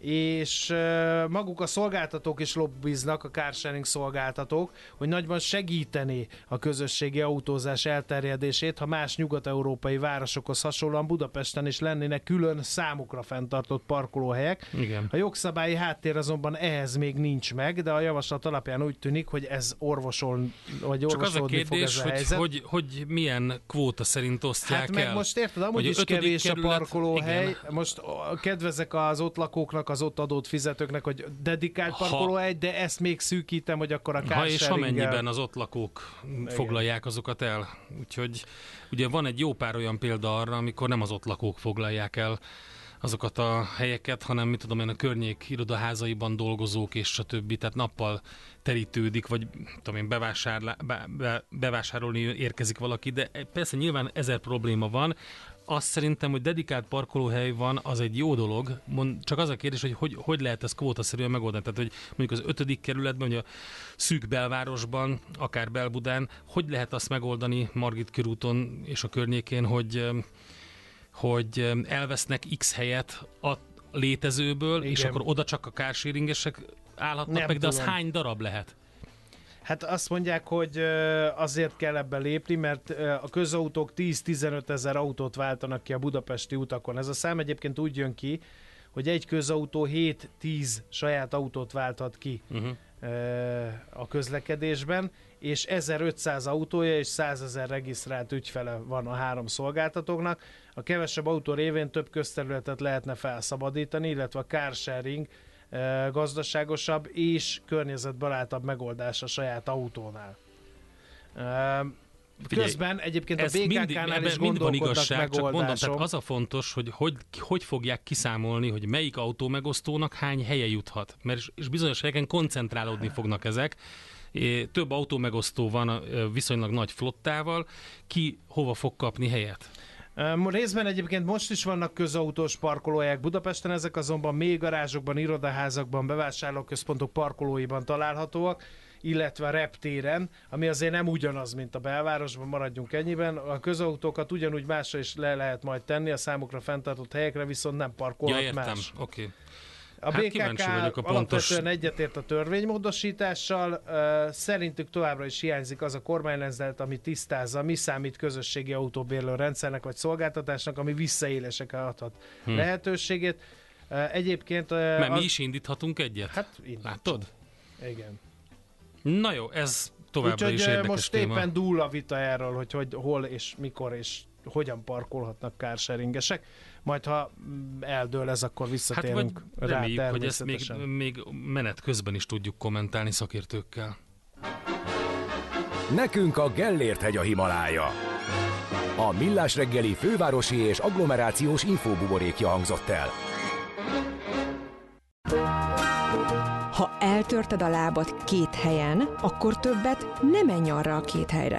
Speaker 7: és uh, maguk a szolgáltatók is lobbiznak, a carsharing szolgáltatók, hogy nagyban segíteni a közösségi autózás elterjedését, ha más nyugat-európai városokhoz hasonlóan Budapesten is lennének külön számukra fenntartott parkolóhelyek.
Speaker 8: Igen.
Speaker 7: A jogszabályi háttér azonban ehhez még nincs meg, de a javaslat alapján úgy tűnik, hogy ez orvosol, vagy
Speaker 8: csak az a
Speaker 7: orvosolni fog ez
Speaker 8: kérdés,
Speaker 7: a
Speaker 8: hogy,
Speaker 7: helyzet.
Speaker 8: hogy, hogy milyen kvóta szerint osztják
Speaker 7: Hát
Speaker 8: el.
Speaker 7: meg most érted, amúgy is
Speaker 8: ötödik
Speaker 7: kevés
Speaker 8: kerület,
Speaker 7: a parkolóhely.
Speaker 8: igen.
Speaker 7: Most kedvezek az ott lakóknak, az ott adót fizetőknek, hogy dedikált
Speaker 8: Ha-
Speaker 7: parkolóhely, de ezt még szűkítem, hogy akkor a
Speaker 8: Ha és
Speaker 7: carsharing-el-
Speaker 8: amennyiben az ott lakók foglalják azokat el. Úgyhogy ugye van egy jó pár olyan példa arra, amikor nem az ott lakók foglalják el azokat a helyeket, hanem mit tudom én, a környék irodaházaiban dolgozók és stb. Tehát nappal terítődik, vagy tudom én, bevásárlá, be, be, bevásárolni érkezik valaki, de persze nyilván ezer probléma van. Azt szerintem, hogy dedikált parkolóhely van, az egy jó dolog. Mond, csak az a kérdés, hogy hogy, hogy lehet ezt kvótaszerűen megoldani. Tehát, hogy mondjuk az ötödik kerületben, vagy a szűk belvárosban, akár Belbudán, hogy lehet azt megoldani Margit körúton és a környékén, hogy hogy elvesznek X helyet a létezőből,
Speaker 7: Igen.
Speaker 8: és akkor oda csak a carsharingesek állhatnak
Speaker 7: Nem
Speaker 8: meg, de az
Speaker 7: tudom.
Speaker 8: hány darab lehet?
Speaker 7: Hát azt mondják, hogy ö, azért kell ebbe lépni, mert ö, a közautók tíz-tizenöt ezer autót váltanak ki a budapesti utakon. Ez a szám egyébként úgy jön ki, hogy egy közautó hét-tíz saját autót válthat ki
Speaker 8: Uh-huh.
Speaker 7: ö, a közlekedésben, és ezerötszáz autója és százezer regisztrált ügyfele van a három szolgáltatóknak. A kevesebb autó révén több közterületet lehetne felszabadítani, illetve a carsharing ö, gazdaságosabb és környezetbarátabb megoldás a saját autónál. Ö,
Speaker 8: Figyelj,
Speaker 7: Közben egyébként a
Speaker 8: Ez
Speaker 7: bé ká
Speaker 8: mindig,
Speaker 7: ká-nál
Speaker 8: ebben
Speaker 7: is
Speaker 8: mind van
Speaker 7: gondolkodnak
Speaker 8: igazság, csak mondom,
Speaker 7: megoldáson.
Speaker 8: tehát az a fontos, hogy, hogy hogy fogják kiszámolni, hogy melyik autómegosztónak hány helye juthat. Mert és- és bizonyos helyeken koncentrálódni fognak ezek. É, több autómegosztó van a, ö, viszonylag nagy flottával, ki hova fog kapni helyet?
Speaker 7: Um, részben egyébként most is vannak közautós parkolóhelyek Budapesten, ezek azonban még garázsokban, irodaházakban, bevásárlóközpontok parkolóiban találhatóak, illetve a reptéren, ami azért nem ugyanaz, mint a belvárosban, maradjunk ennyiben. A közautókat ugyanúgy másra is le lehet majd tenni, a számukra fenntartott helyekre viszont nem parkolhat
Speaker 8: Ja, értem.
Speaker 7: más.
Speaker 8: Oké. Okay.
Speaker 7: A
Speaker 8: Hát
Speaker 7: bé ká
Speaker 8: kíváncsi
Speaker 7: ká
Speaker 8: vagyok a pontos-
Speaker 7: alapvetően egyetért a törvénymódosítással, uh, szerintük továbbra is hiányzik az a kormányrendelet, ami tisztázza, mi számít közösségi autóbérlő rendszernek vagy szolgáltatásnak, ami visszaélésekre adhat
Speaker 8: Hm.
Speaker 7: lehetőségét. Uh, egyébként... Uh,
Speaker 8: Mert
Speaker 7: az...
Speaker 8: mi is indíthatunk egyet?
Speaker 7: Hát indíts.
Speaker 8: Látod?
Speaker 7: Igen.
Speaker 8: Na jó, ez továbbra
Speaker 7: Úgyhogy
Speaker 8: is
Speaker 7: uh,
Speaker 8: érdekes
Speaker 7: most
Speaker 8: téma.
Speaker 7: éppen dúl a vita erről, hogy, hogy hol és mikor és hogyan parkolhatnak carsharingesek. Majd ha mm, eldől ez, akkor
Speaker 8: Hát
Speaker 7: visszatérünk
Speaker 8: vagy
Speaker 7: rá
Speaker 8: reméljük, hogy ezt még,
Speaker 7: természetesen.
Speaker 8: még menet közben is tudjuk kommentálni szakértőkkel.
Speaker 1: Nekünk a Gellért-hegy a Himalája. A Millás reggeli fővárosi és agglomerációs infóbuborékja hangzott el.
Speaker 5: Ha eltörted a lábad két helyen, akkor többet nem menj arra a két helyre.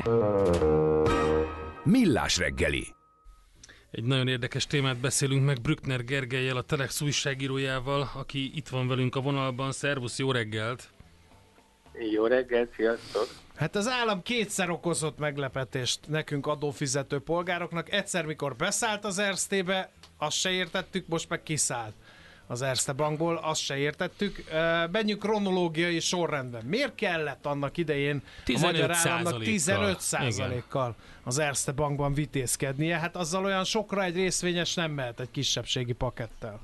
Speaker 1: Millás reggeli.
Speaker 8: Egy nagyon érdekes témát beszélünk meg Brückner Gergellyel, a Telex újságírójával, aki itt van velünk a vonalban. Szervusz, jó reggelt!
Speaker 9: Jó reggelt, sziasztok!
Speaker 7: Hát az állam kétszer okozott meglepetést nekünk adófizető polgároknak. Egyszer, mikor beszállt az Erste-be, azt se értettük, most meg kiszállt az Erste Bankból, azt se értettük. Menjünk kronológiai sorrendben. Miért kellett annak idején a magyar államnak tizenöt százalékkal az Erste Bankban vitézkednie? Hát azzal olyan sokra egy részvényes nem mehet egy kisebbségi pakettel.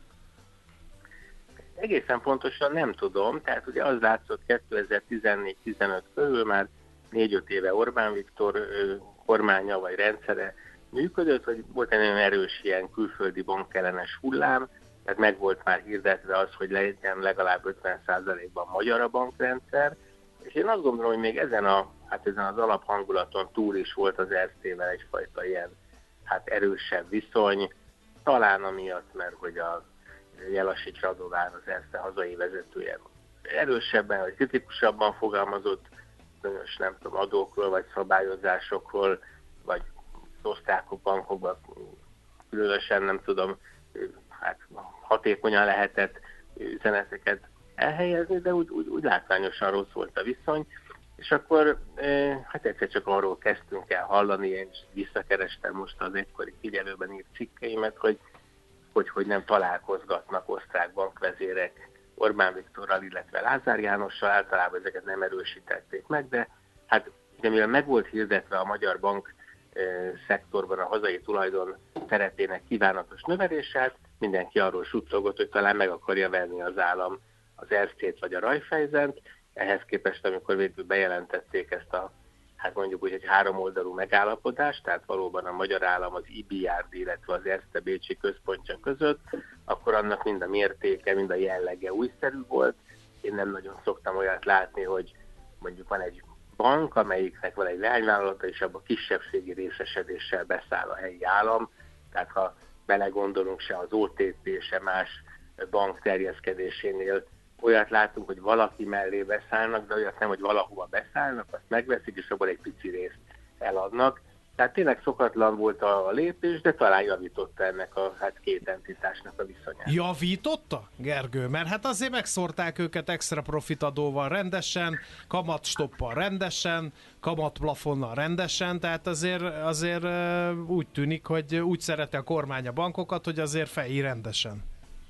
Speaker 9: Egészen pontosan nem tudom, tehát ugye az látszott kétezer-tizennégy tizenöt körül már négy-öt éve Orbán Viktor ö, kormánya vagy rendszere működött, hogy volt egy nagyon erős ilyen külföldi bankellenes hullám, tehát meg volt már hirdetve az, hogy legyen legalább ötven százalékban magyar a bankrendszer, és én azt gondolom, hogy még ezen, a, hát ezen az alaphangulaton túl is volt az Erste-vel egyfajta ilyen hát erősebb viszony, talán amiatt, mert hogy a Jelasics Radován, az Erste hazai vezetője erősebben vagy kritikusabban fogalmazott bizonyos, nem tudom, adókról vagy szabályozásokról, vagy osztrákok bankokban különösen, nem tudom, hát hatékonyan lehetett üzeneteket elhelyezni, de úgy, úgy, úgy látványosan rossz volt a viszony, és akkor hát egyszer csak arról kezdtünk el hallani, én is visszakerestem most az egykori figyelőben írt cikkeimet, hogy hogy, hogy nem találkozgatnak osztrák bankvezérek Orbán Viktorral, illetve Lázár Jánossal, általában ezeket nem erősítették meg, de hát ugye mivel meg volt hirdetve a magyar bank e, szektorban a hazai tulajdon szerepének kívánatos növelését, mindenki arról suttogott, hogy talán meg akarja venni az állam az Erztét vagy a Raiffeisent. Ehhez képest, amikor végül bejelentették ezt a, hát mondjuk úgy, egy háromoldalú megállapodást, tehát valóban a magyar állam az i bé er dé, illetve az Erste bécsi központja között, akkor annak mind a mértéke, mind a jellege újszerű volt. Én nem nagyon szoktam olyat látni, hogy mondjuk van egy bank, amelyiknek van egy leányvállalata, és abban kisebbségi részesedéssel beszáll a helyi állam. Tehát ha belegondolunk, se az o té pé, se más bank terjeszkedésénél olyat látunk, hogy valaki mellé beszállnak, de olyat nem, hogy valahova beszállnak, azt megveszik, és abban egy pici részt eladnak. Tehát tényleg szokatlan volt a lépés, de talán javította ennek a hát két entitásnak a viszonyát.
Speaker 7: Javította, Gergő? Mert hát azért megszórták őket extra profitadóval rendesen, kamatstoppal rendesen, kamatplafonnal rendesen, tehát azért, azért úgy tűnik, hogy úgy szereti a kormány a bankokat, hogy azért fejé rendesen.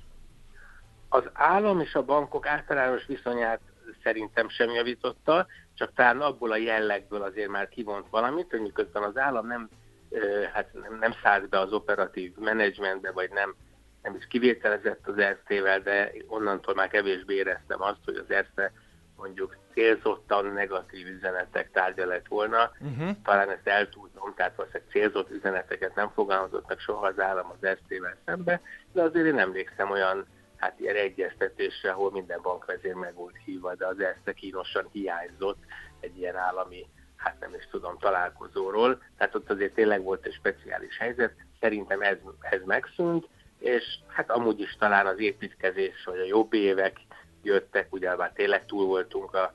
Speaker 9: Az állam és a bankok általános viszonyát szerintem sem javította, csak talán abból a jellegből azért már kivont valamit, hogy miközben az állam nem, hát nem, nem szállt be az operatív menedzsmentbe, vagy nem, nem is kivételezett az Erztével, de onnantól már kevésbé éreztem azt, hogy az Erzte mondjuk célzottan negatív üzenetek tárgya lett volna. Uh-huh. Talán ezt eltúltom, tehát valószínűleg célzott üzeneteket nem fogalmazott meg soha az állam az Erztével szembe, de azért én emlékszem olyan hát ilyen egyeztetésre, ahol minden bankvezér meg volt hívva, de az Erste kínosan hiányzott egy ilyen állami, hát nem is tudom, találkozóról. Tehát ott azért tényleg volt egy speciális helyzet. Szerintem ez, ez megszűnt, és hát amúgy is talán az építkezés, vagy a jobb évek jöttek, ugye már tényleg túl voltunk a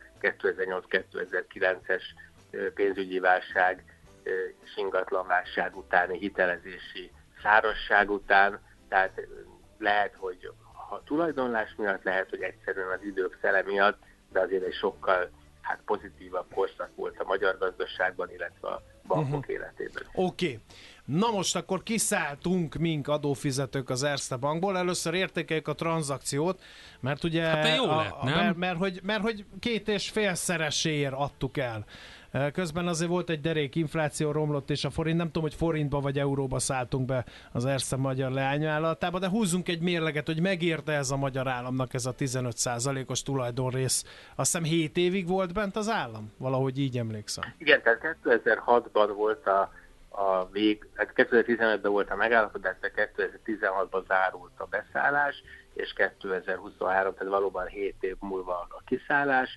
Speaker 9: kétezer-nyolc-kétezer-kilences pénzügyi válság és ingatlanválság utáni hitelezési szárazság után, tehát lehet, hogy a tulajdonlás miatt, lehet, hogy egyszerűen az idők szele miatt, de azért egy sokkal hát pozitívabb korszak volt a magyar gazdaságban, illetve a bankok uh-huh. életében.
Speaker 7: Oké. Okay. Na most akkor kiszálltunk mink adófizetők az Erste Bankból. Először értékeljük a tranzakciót, mert ugye
Speaker 8: hát jó
Speaker 7: a,
Speaker 8: lett,
Speaker 7: a,
Speaker 8: nem?
Speaker 7: Mert, mert, hogy, mert hogy két és félszereséért adtuk el. Közben azért volt egy derék infláció, romlott, és a forint, nem tudom, hogy forintba vagy euróba szálltunk be az Erste magyar leányvállalatába, de húzzunk egy mérleget, hogy megérte ez a magyar államnak ez a tizenöt százalékos tulajdonrész. Azt hiszem hét évig volt bent az állam? Valahogy így emlékszem.
Speaker 9: Igen, tehát kétezer-hatban volt a, a vég, hát kétezer-tizenötben volt a megállapodás, de kétezer-tizenhatban zárult a beszállás, és kétezer-huszonhárom, tehát valóban hét év múlva a kiszállás.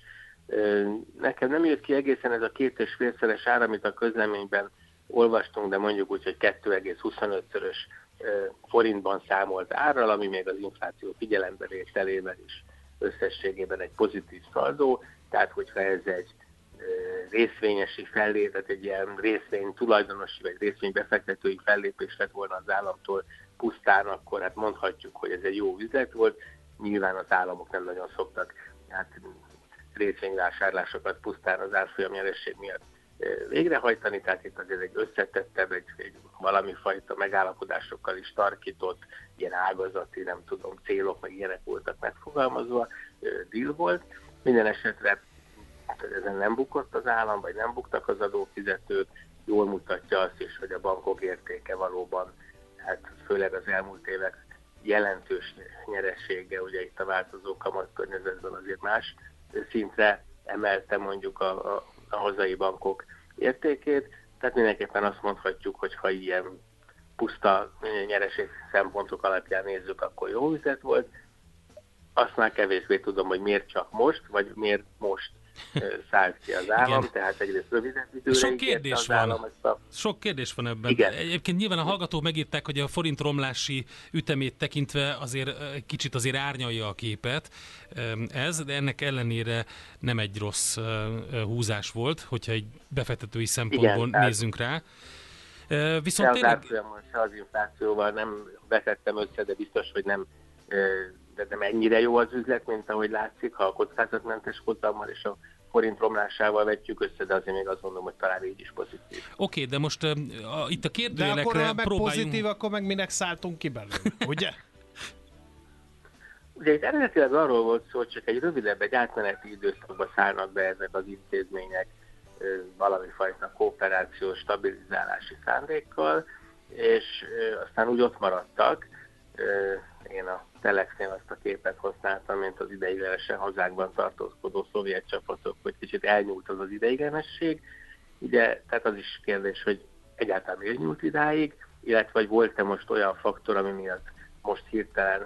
Speaker 9: Nekem nem jött ki egészen ez a két és félszeres ár, amit a közleményben olvastunk, de mondjuk úgy, hogy kettő egész huszonötszörös forintban számolt árral, ami még az infláció figyelembevételével is összességében egy pozitív szaldó, tehát hogyha ez egy részvényesi fellép, tehát egy ilyen részvény tulajdonosi vagy részvénybefektetői fellépés lett volna az államtól pusztán, akkor hát mondhatjuk, hogy ez egy jó üzlet volt. Nyilván az államok nem nagyon szoktak hát részvényvásárlásokat pusztán az árfolyam nyeresség miatt végrehajtani, tehát itt azért egy összetettebb, egy, egy valami fajta megállapodásokkal is tarkított, ilyen ágazati, nem tudom, célok, meg ilyenek voltak megfogalmazva, deal volt. Minden esetre ezen nem bukott az állam, vagy nem buktak az adófizetők, jól mutatja azt is, hogy a bankok értéke valóban, hát főleg az elmúlt évek jelentős nyeressége, ugye itt a változó kamatkörnyezetben azért más szintre emelte mondjuk a, a, a hazai bankok értékét, tehát mindenképpen azt mondhatjuk, hogy ha ilyen puszta nyereség szempontok alapján nézzük, akkor jó üzlet volt. Azt már kevésbé tudom, hogy miért csak most, vagy miért most szállt ki az állam, igen. Tehát egyrészt rövidebb időre
Speaker 8: Sok kérdés
Speaker 9: az
Speaker 8: van.
Speaker 9: állam ezt a...
Speaker 8: Sok kérdés van ebben.
Speaker 9: Igen.
Speaker 8: Egyébként nyilván a hallgatók megírták, hogy a forint romlási ütemét tekintve azért egy kicsit azért árnyalja a képet ez, de ennek ellenére nem egy rossz húzás volt, hogyha egy befektetői szempontból igen, nézzünk rá. Viszont
Speaker 9: se
Speaker 8: tényleg...
Speaker 9: az árfolyamon, se az inflációval nem vetettem össze, de biztos, hogy nem de nem ennyire jó az üzlet, mint ahogy látszik, ha a kockázatmentes hozammal és a forint romlásával vetjük össze, de azért még azt mondom, hogy talán így is pozitív.
Speaker 8: Oké, okay, de most uh, a, itt a
Speaker 7: De
Speaker 8: kérdőjelekre
Speaker 7: akkor, ha meg
Speaker 8: próbáljunk...
Speaker 7: pozitív, akkor meg minek szálltunk ki belőle, ugye?
Speaker 9: Ugye itt eredetileg arról volt szó, hogy csak egy rövidebb, egy átmeneti időszakba szállnak be ezek az intézmények valami fajta kooperációs, stabilizálási szándékkal, és aztán úgy ott maradtak. Én a Telexnél azt a képet használtam, mint az ideiglenesen hazákban tartózkodó szovjet csapatok, hogy kicsit elnyúlt az az ideiglenesség. Ugye, tehát az is kérdés, hogy egyáltalán miért nyúlt idáig, illetve hogy volt-e most olyan faktor, ami miatt most hirtelen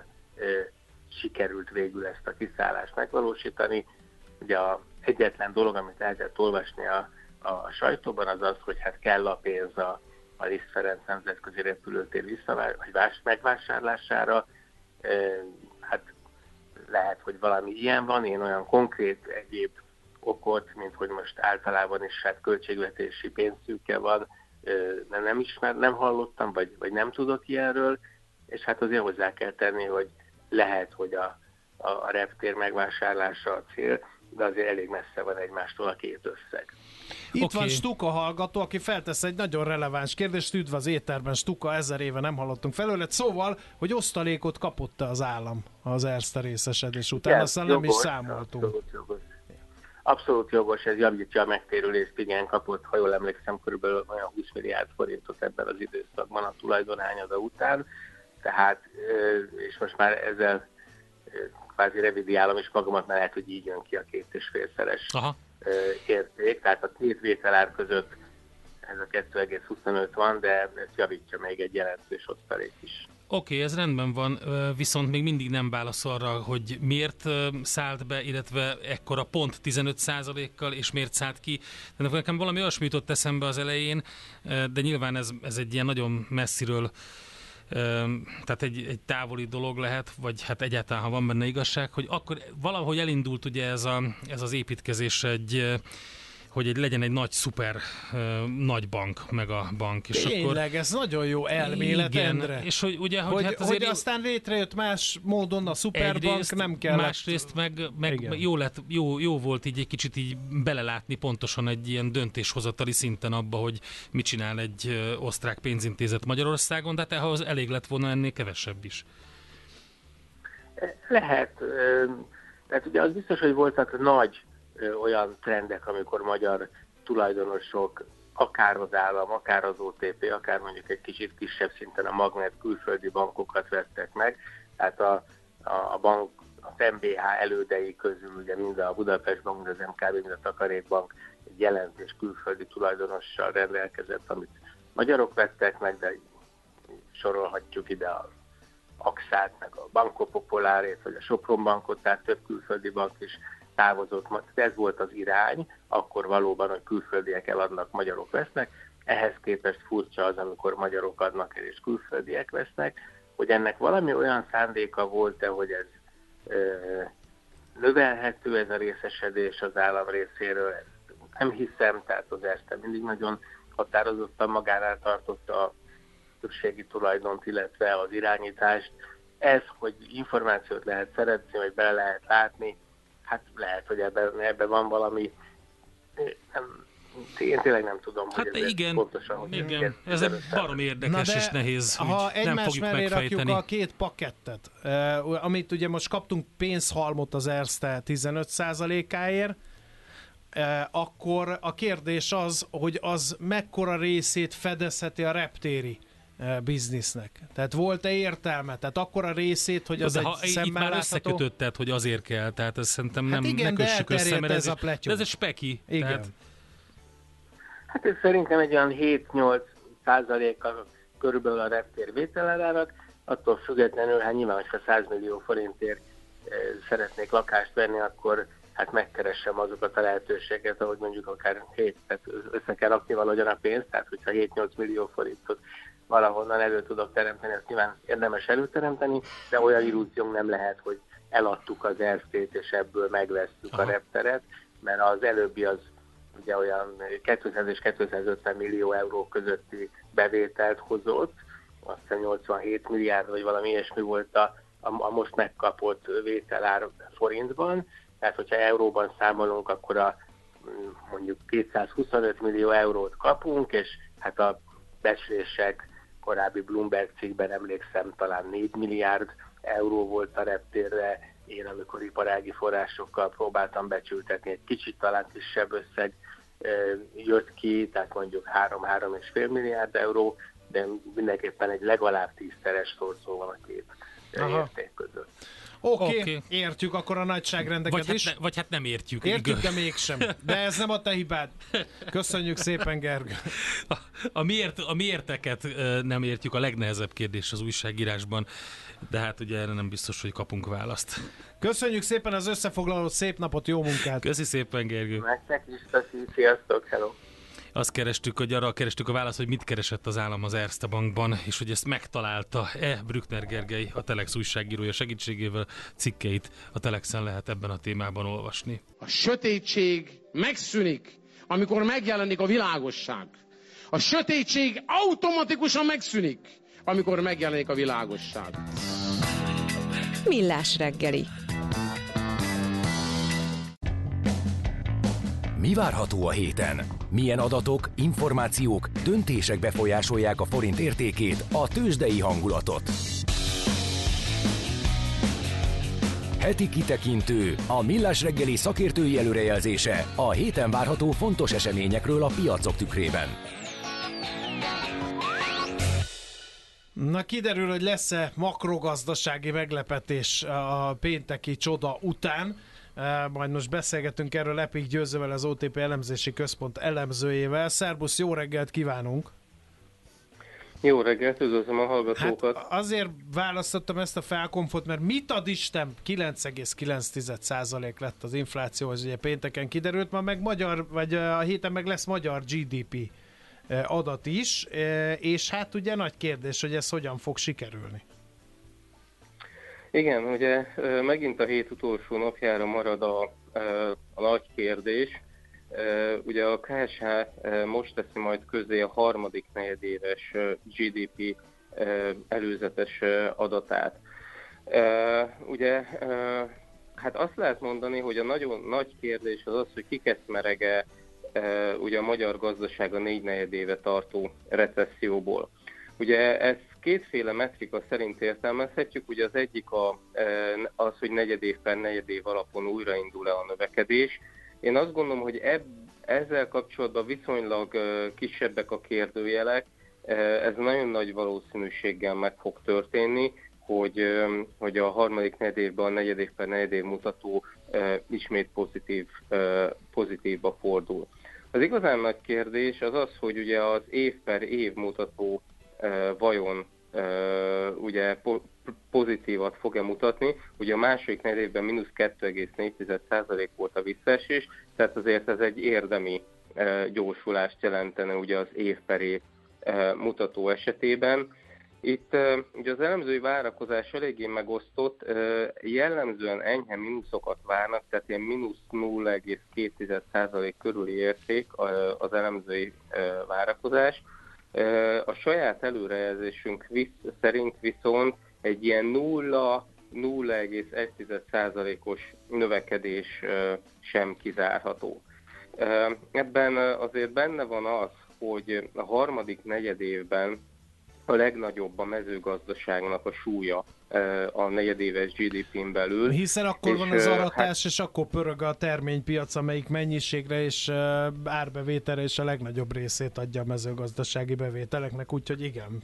Speaker 9: sikerült végül ezt a kiszállást megvalósítani. Ugye a egyetlen dolog, amit lehetett olvasni a, a sajtóban, az az, hogy hát kell a pénz a, a Liszt Ferenc nemzetközi repülőtér visszavá- vagy vás- megvásárlására. E, hát lehet, hogy valami ilyen van, én olyan konkrét egyéb okot, mint hogy most általában is hát költségvetési pénzszűke van, de nem ismer, nem hallottam, vagy, vagy nem tudok ilyenről, és hát azért hozzá kell tenni, hogy lehet, hogy a, a, a reptér megvásárlása a cél, de azért elég messze van egymástól a két összeg.
Speaker 7: Itt
Speaker 8: okay.
Speaker 7: van Stuka hallgató, aki feltesz egy nagyon releváns kérdést. Üdv az étterben, Stuka, ezer éve nem hallottunk felőled. Szóval, hogy osztalékot kapott az állam az Erste részesedés után, igen, aztán jogos, nem is számoltunk.
Speaker 9: Abszolút jogos. Abszolút jogos, ez javítja a megtérülést, igen, kapott, ha jól emlékszem, körülbelül olyan húsz milliárd forintot ebben az időszakban a tulajdonányada után. Tehát, és most már ezzel kvázi revidiálom, és magamat már lehet, hogy így jön ki a két és félszeres Aha. érték. Tehát a két vételár között ez a kettő egész huszonöt van, de ez javítja még egy jelentős osztalék is.
Speaker 8: Oké, okay, ez rendben van, viszont még mindig nem válasz arra, hogy miért szállt be, illetve ekkora pont tizenöt százalékkal, és miért szállt ki. De nekem valami olyasmi jutott eszembe az elején, de nyilván ez, ez egy ilyen nagyon messziről, tehát egy, egy távoli dolog lehet, vagy hát egyáltalán, ha van benne igazság, hogy akkor valahogy elindult ugye ez, a, ez az építkezés egy, hogy egy, legyen egy nagy, szuper uh, nagy bank, meg a bank. És
Speaker 7: tényleg,
Speaker 8: akkor,
Speaker 7: ez nagyon jó elmélet,
Speaker 8: igen,
Speaker 7: Endre.
Speaker 8: és hogy, ugye, hogy,
Speaker 7: hogy,
Speaker 8: hát azért
Speaker 7: hogy aztán létrejött más módon a szuperbank, nem kellett.
Speaker 8: Másrészt meg, meg, meg jó, lett, jó, jó volt így egy kicsit így belelátni pontosan egy ilyen döntéshozatali szinten abba, hogy mit csinál egy uh, osztrák pénzintézet Magyarországon, de hát ehhez elég lett volna ennél kevesebb is.
Speaker 9: Lehet. Tehát ugye az biztos, hogy voltak nagy olyan trendek, amikor magyar tulajdonosok, akár az állam, akár az o té pé, akár mondjuk egy kicsit kisebb szinten a magnet külföldi bankokat vettek meg. Tehát a, a, a bank, az em bé há elődei közül ugye mind a Budapest Bank, mind az em ká bé, mind a Takarékbank egy jelentős külföldi tulajdonossal rendelkezett, amit magyarok vettek meg, de sorolhatjuk ide a Axát, meg a Banco Populárét, vagy a Sopron Bankot, tehát több külföldi bank is távozott. Ez volt az irány, akkor valóban, hogy külföldiek eladnak, magyarok vesznek. Ehhez képest furcsa az, amikor magyarok adnak el és külföldiek vesznek, hogy ennek valami olyan szándéka volt-e, hogy ez ö, növelhető ez a részesedés az állam részéről. Ezt nem hiszem, tehát az Erste mindig nagyon határozottan magánál tartotta a többségi tulajdont, illetve az irányítást. Ez, hogy információt lehet szerezni, vagy bele lehet látni, hát lehet, hogy ebben, ebben van valami, nem, én tényleg nem tudom,
Speaker 8: hát
Speaker 9: hogy ez
Speaker 8: igen,
Speaker 9: pontosan, hogy
Speaker 8: igen. Ez egy baromi érdekes és nehéz,
Speaker 7: ha
Speaker 8: ügy. Nem fogjuk megfejteni.
Speaker 7: rakjuk a két pakettet, uh, amit ugye most kaptunk pénzhalmot az Erste tizenöt százalékáért, uh, akkor a kérdés az, hogy az mekkora részét fedezheti a reptéri biznisznek. Tehát volt-e értelme? Tehát akkora részét, hogy az
Speaker 8: de
Speaker 7: egy
Speaker 8: ha
Speaker 7: szemmel
Speaker 8: itt már
Speaker 7: látható...
Speaker 8: összekötötted, hogy azért kell, tehát ez szerintem nem,
Speaker 7: hát igen,
Speaker 8: ne kössük össze, mert
Speaker 7: ez,
Speaker 8: ez,
Speaker 7: a
Speaker 8: de ez egy speki.
Speaker 7: Igen.
Speaker 8: Tehát...
Speaker 9: Hát ez szerintem egy olyan hét-nyolc százaléka körülbelül a reptér vételerának, attól függetlenül, hát nyilván, hogyha száz millió forintért e, szeretnék lakást venni, akkor hát megkeressem azokat a lehetőségeket, ahogy mondjuk akár hét, tehát össze kell rakni valahogyan a pénzt, tehát hogyha hét-nyolc millió forintot valahonnan elő tudok teremteni, ezt nyilván érdemes előteremteni, de olyan illúziónk nem lehet, hogy eladtuk az Erstét, és ebből megvesszük Aha. a repteret, mert az előbbi az ugye olyan kétszáz és kétszázötven millió euró közötti bevételt hozott, azt hiszem nyolcvanhét milliárd, vagy valami ilyesmi volt a, a, a most megkapott vételár forintban, tehát hogyha euróban számolunk, akkor a mondjuk kétszázhuszonöt millió eurót kapunk, és hát a becslések korábbi Bloomberg cikkben emlékszem, talán négy milliárd euró volt a reptérre. Én amikor iparági forrásokkal próbáltam becsültetni, egy kicsit talán kisebb összeg jött ki, tehát mondjuk három-három és fél milliárd euró, de mindenképpen egy legalább tízszeres szó van a két érték között.
Speaker 7: Oké, okay, okay. Értjük akkor a nagyságrendeket
Speaker 8: vagy hát
Speaker 7: is.
Speaker 8: Ne, vagy hát nem értjük.
Speaker 7: Értjük, de mégsem. De ez nem a te hibád. Köszönjük szépen, Gergő.
Speaker 8: A, a, miért, a miérteket nem értjük, a legnehezebb kérdés az újságírásban, de hát ugye erre nem biztos, hogy kapunk választ.
Speaker 7: Köszönjük szépen az összefoglalót, szép napot, jó munkát!
Speaker 8: Köszi szépen, Gergő!
Speaker 9: Nektek is, köszi, sziasztok, hello!
Speaker 8: Azt kerestük, hogy arra kerestük a választ, hogy mit keresett az állam az Erste Bankban, és hogy ezt megtalálta-e Brückner Gergely, a Telex újságírója segítségével. Cikkeit a Telexen lehet ebben a témában olvasni.
Speaker 10: A sötétség megszűnik, amikor megjelenik a világosság. A sötétség automatikusan megszűnik, amikor megjelenik a világosság.
Speaker 5: Millás reggeli.
Speaker 1: Mi várható a héten? Milyen adatok, információk, döntések befolyásolják a forint értékét, a tőzsdei hangulatot? Heti kitekintő, a Millás reggeli szakértői előrejelzése a héten várható fontos eseményekről a piacok tükrében.
Speaker 7: Na, kiderül, hogy lesz-e makrogazdasági meglepetés a pénteki csoda után. Majd most beszélgetünk erről Epik Győzővel, az o té pé elemzési központ elemzőjével. Szerbusz, jó reggelt kívánunk!
Speaker 9: Jó reggelt, üdvözlöm a hallgatókat!
Speaker 7: Hát azért választottam ezt a felkonfot, mert mit ad Isten, kilenc egész kilenc százalék lett az infláció, az ugye pénteken kiderült, ma meg magyar, vagy a héten meg lesz magyar gé dé pé adat is, és hát ugye nagy kérdés, hogy ez hogyan fog sikerülni.
Speaker 9: Igen, ugye megint a hét utolsó napjára marad a, a nagy kérdés. Ugye a ká es há most teszi majd közé a harmadik negyedéves gé dé pé előzetes adatát. Ugye hát azt lehet mondani, hogy a nagyon nagy kérdés az az, hogy kikeszmereg-e ugye a magyar gazdaság a négy negyedéve tartó recesszióból. Ugye ezt kétféle metrika szerint értelmezhetjük, ugye az egyik a, az, hogy negyedév per negyedév alapon újraindul-e a növekedés. Én azt gondolom, hogy ebb, ezzel kapcsolatban viszonylag kisebbek a kérdőjelek, ez nagyon nagy valószínűséggel meg fog történni, hogy, hogy a harmadik negyedévben a negyedév per negyedév mutató ismét pozitív, pozitívba fordul. Az igazán nagy kérdés az az, hogy ugye az év per év mutató vajon ugye pozitívat fog-e mutatni. Ugye a második negyedévben mínusz kettő egész négy százalék volt a visszaesés, tehát azért ez egy érdemi gyorsulást jelentene ugye az év per év mutató esetében. Itt ugye az elemzői várakozás eléggé megosztott, jellemzően enyhe mínuszokat várnak, tehát ilyen mínusz nulla egész két százalék körüli érték az elemzői várakozás. A saját előrejelzésünk szerint viszont egy ilyen nulla nulla egész egy százalékos növekedés sem kizárható. Ebben azért benne van az, hogy a harmadik negyedévben a legnagyobb a mezőgazdaságnak a súlya a negyedéves gé dé pén belül.
Speaker 7: Hiszen akkor van az aratás, hát, és akkor pörög a terménypiac, amelyik mennyiségre és árbevételre és a legnagyobb részét adja a mezőgazdasági bevételeknek, úgyhogy igen.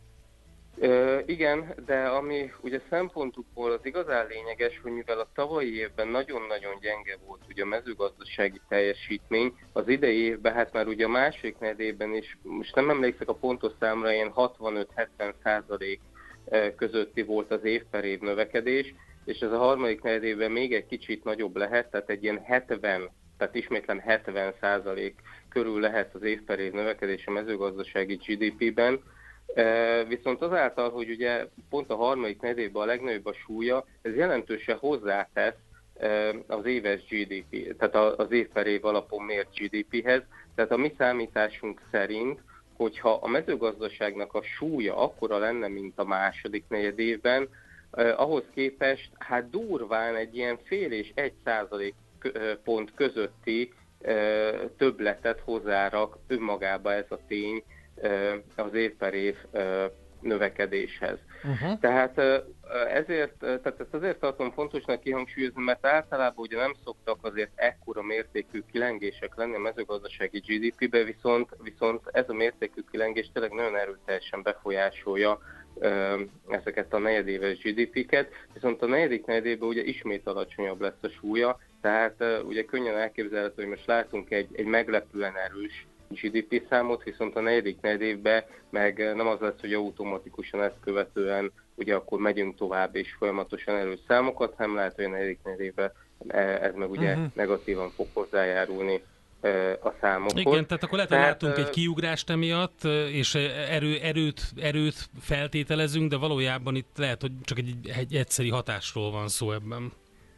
Speaker 9: Ö, igen, de ami ugye szempontukból az igazán lényeges, hogy mivel a tavalyi évben nagyon-nagyon gyenge volt ugye a mezőgazdasági teljesítmény, az idei évben, hát már ugye a második negyedében is, most nem emlékszek a pontos számra, ilyen hatvanöt-hetven százalék közötti volt az év per év növekedés, és ez a harmadik negyedében még egy kicsit nagyobb lehet, tehát egy ilyen hetven, tehát ismétlen hetven százalék körül lehet az év per év növekedés a mezőgazdasági gé dé pében. Viszont azáltal, hogy ugye pont a harmadik negyedében a legnagyobb a súlya, ez jelentősen hozzátesz az éves gé dé pé, tehát az év per év alapon mért gé dé péhez. Tehát a mi számításunk szerint, hogyha a mezőgazdaságnak a súlya akkora lenne, mint a második negyedévben, eh, ahhoz képest hát durván egy ilyen fél és egy százalék pont közötti többletet hozzárak önmagába ez a tény az év per év növekedéshez. Uh-huh. Tehát ezért, tehát ezt azért tartom fontosnak kihangsúlyozni, mert általában ugye nem szoktak azért ekkora mértékű kilengések lenni a mezőgazdasági gé dé pé-be, viszont, viszont ez a mértékű kilengés tényleg nagyon erőteljesen befolyásolja ezeket a negyedéves gé dé pé-ket, viszont a negyedik negyedévben ugye ismét alacsonyabb lesz a súlya, tehát ugye könnyen elképzelhető, hogy most látunk egy, egy meglepően erős gé dé pé számot, viszont a negyedik negyedévben meg nem az lesz, hogy automatikusan ezt követően ugye akkor megyünk tovább és folyamatosan erős számokat, hanem lehet, hogy a negyedik negyedévben ez meg ugye uh-huh. negatívan fog hozzájárulni a számokhoz.
Speaker 8: Igen, tehát akkor lehet, hogy tehát, látunk egy kiugrást emiatt, és erő, erőt, erőt feltételezünk, de valójában itt lehet, hogy csak egy, egy egyszeri hatásról van szó ebben.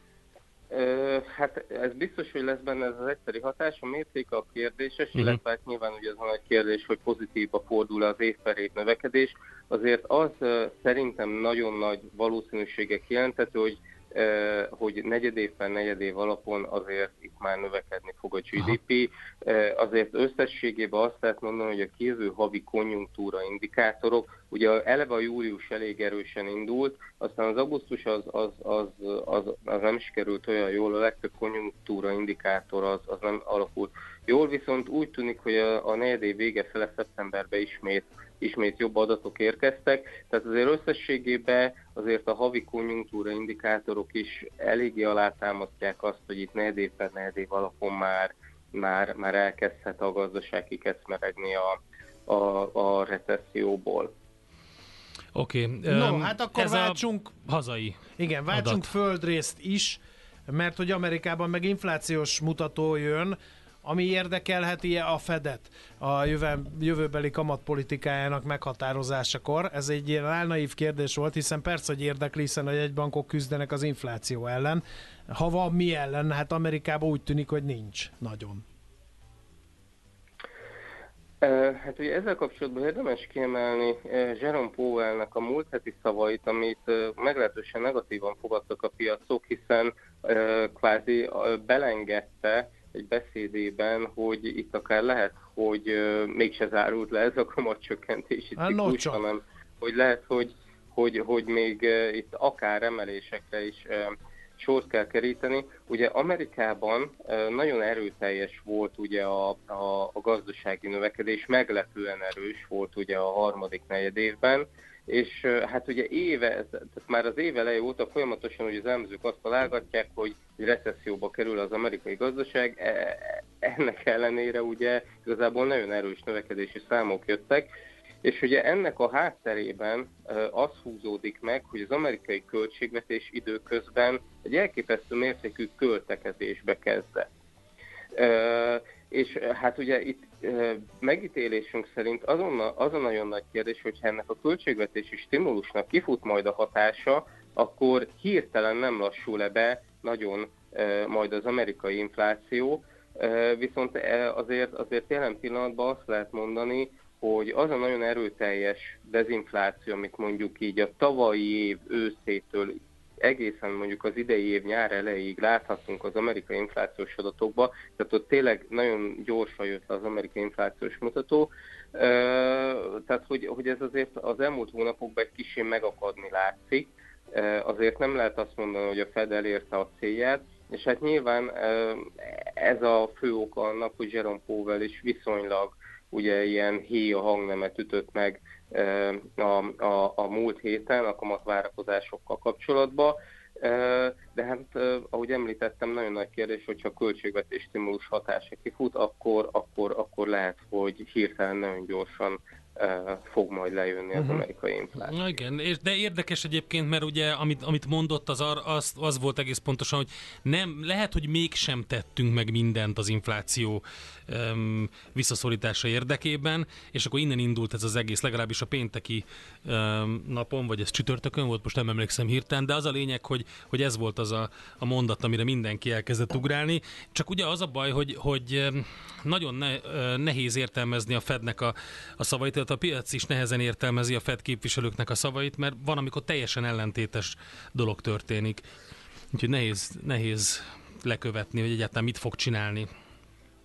Speaker 9: Hát ez biztos, hogy lesz benne ez az egyszeri hatás, a mértéke a kérdéses, uh-huh. illetve hát nyilván ugye az a nagy kérdés, hogy pozitívba fordul az év per év növekedés. Azért az szerintem nagyon nagy valószínűségek jelentető, hogy hogy negyedév per negyedév alapon azért itt már növekedni fog a gé dé pé. Aha. Azért összességében azt lehet mondani, hogy a kijövő havi konjunktúra indikátorok, ugye eleve a július elég erősen indult, aztán az augusztus az, az, az, az, az nem sikerült olyan jól, a legtöbb konjunktúra indikátor az, az nem alakult jól, viszont úgy tűnik, hogy a, a negyedév vége fele szeptemberben ismét ismét jobb adatok érkeztek, tehát azért összességében azért a havi konjunktúra indikátorok is eléggé alátámasztják azt, hogy itt negyedév per negyedév alapon már, már, már elkezdhet a gazdaság kikecmeregni a, a, a recesszióból.
Speaker 8: Oké. Okay.
Speaker 7: No, hát akkor
Speaker 8: ez
Speaker 7: váltsunk...
Speaker 8: A hazai
Speaker 7: Igen, váltsunk
Speaker 8: adat.
Speaker 7: földrészt is, mert hogy Amerikában meg inflációs mutató jön, ami érdekelheti a Fedet a jövő, jövőbeli kamatpolitikájának meghatározásakor. Ez egy ilyen álnaív kérdés volt, hiszen persze, hogy érdekli, hiszen a jegybankok küzdenek az infláció ellen. Ha van mi ellen, hát Amerikában úgy tűnik, hogy nincs nagyon.
Speaker 9: Hát ugye ezzel kapcsolatban érdemes kiemelni Jerome Powellnek a múlt heti szavait, amit meglehetősen negatívan fogadtak a piacok, hiszen kvázi belengedte egy beszédében, hogy itt akár lehet, hogy uh, mégse zárult le ez a kamatcsökkentési ciklus, hanem hogy lehet, hogy, hogy, hogy még uh, itt akár emelésekre is uh, sort kell keríteni. Ugye Amerikában uh, nagyon erőteljes volt ugye a, a, a gazdasági növekedés, meglepően erős volt ugye a harmadik negyedévben, és hát ugye éve, tehát már az év eleje óta folyamatosan ugye az elemzők azt találgatják, hogy recesszióba kerül az amerikai gazdaság, ennek ellenére ugye igazából nagyon erős növekedési számok jöttek, és ugye ennek a hátterében az húzódik meg, hogy az amerikai költségvetés időközben egy elképesztő mértékű költekezésbe kezdett. És hát ugye itt megítélésünk szerint azon a, az a nagyon nagy kérdés, hogyha ennek a költségvetési stimulusnak kifut majd a hatása, akkor hirtelen nem lassul le be nagyon majd az amerikai infláció, viszont azért, azért jelen pillanatban azt lehet mondani, hogy az a nagyon erőteljes dezinfláció, amit mondjuk így a tavalyi év őszétől egészen mondjuk az idei év nyár elejéig láthattunk az amerikai inflációs adatokba, tehát ott tényleg nagyon gyorsan jött az amerikai inflációs mutató, tehát hogy, hogy ez azért az elmúlt hónapokban egy kicsit megakadni látszik, azért nem lehet azt mondani, hogy a Fed elérte a célját, és hát nyilván ez a fő oka annak, hogy Jerome Powell is viszonylag ugye ilyen héja hangnemet ütött meg a, a, a múlt héten a kamatvárakozásokkal kapcsolatban, de hát ahogy említettem, nagyon nagy kérdés, hogyha a költségvetés stimulus hatása kifut, akkor, akkor, akkor lehet, hogy hirtelen nagyon gyorsan fog majd lejönni az amerikai infláció.
Speaker 8: Na igen, de érdekes egyébként, mert ugye amit, amit mondott, az, az, az volt egész pontosan, hogy nem, lehet, hogy mégsem tettünk meg mindent az infláció um, visszaszorítása érdekében, és akkor innen indult ez az egész, legalábbis a pénteki um, napon, vagy ez csütörtökön volt, most nem emlékszem hirtelen, de az a lényeg, hogy, hogy ez volt az a, a mondat, amire mindenki elkezdett ugrálni. Csak ugye az a baj, hogy, hogy nagyon ne, nehéz értelmezni a Fednek a, a szavait, a piac is nehezen értelmezi a Fed képviselőknek a szavait, mert van, amikor teljesen ellentétes dolog történik. Úgyhogy nehéz, nehéz lekövetni, hogy egyáltalán mit fog csinálni.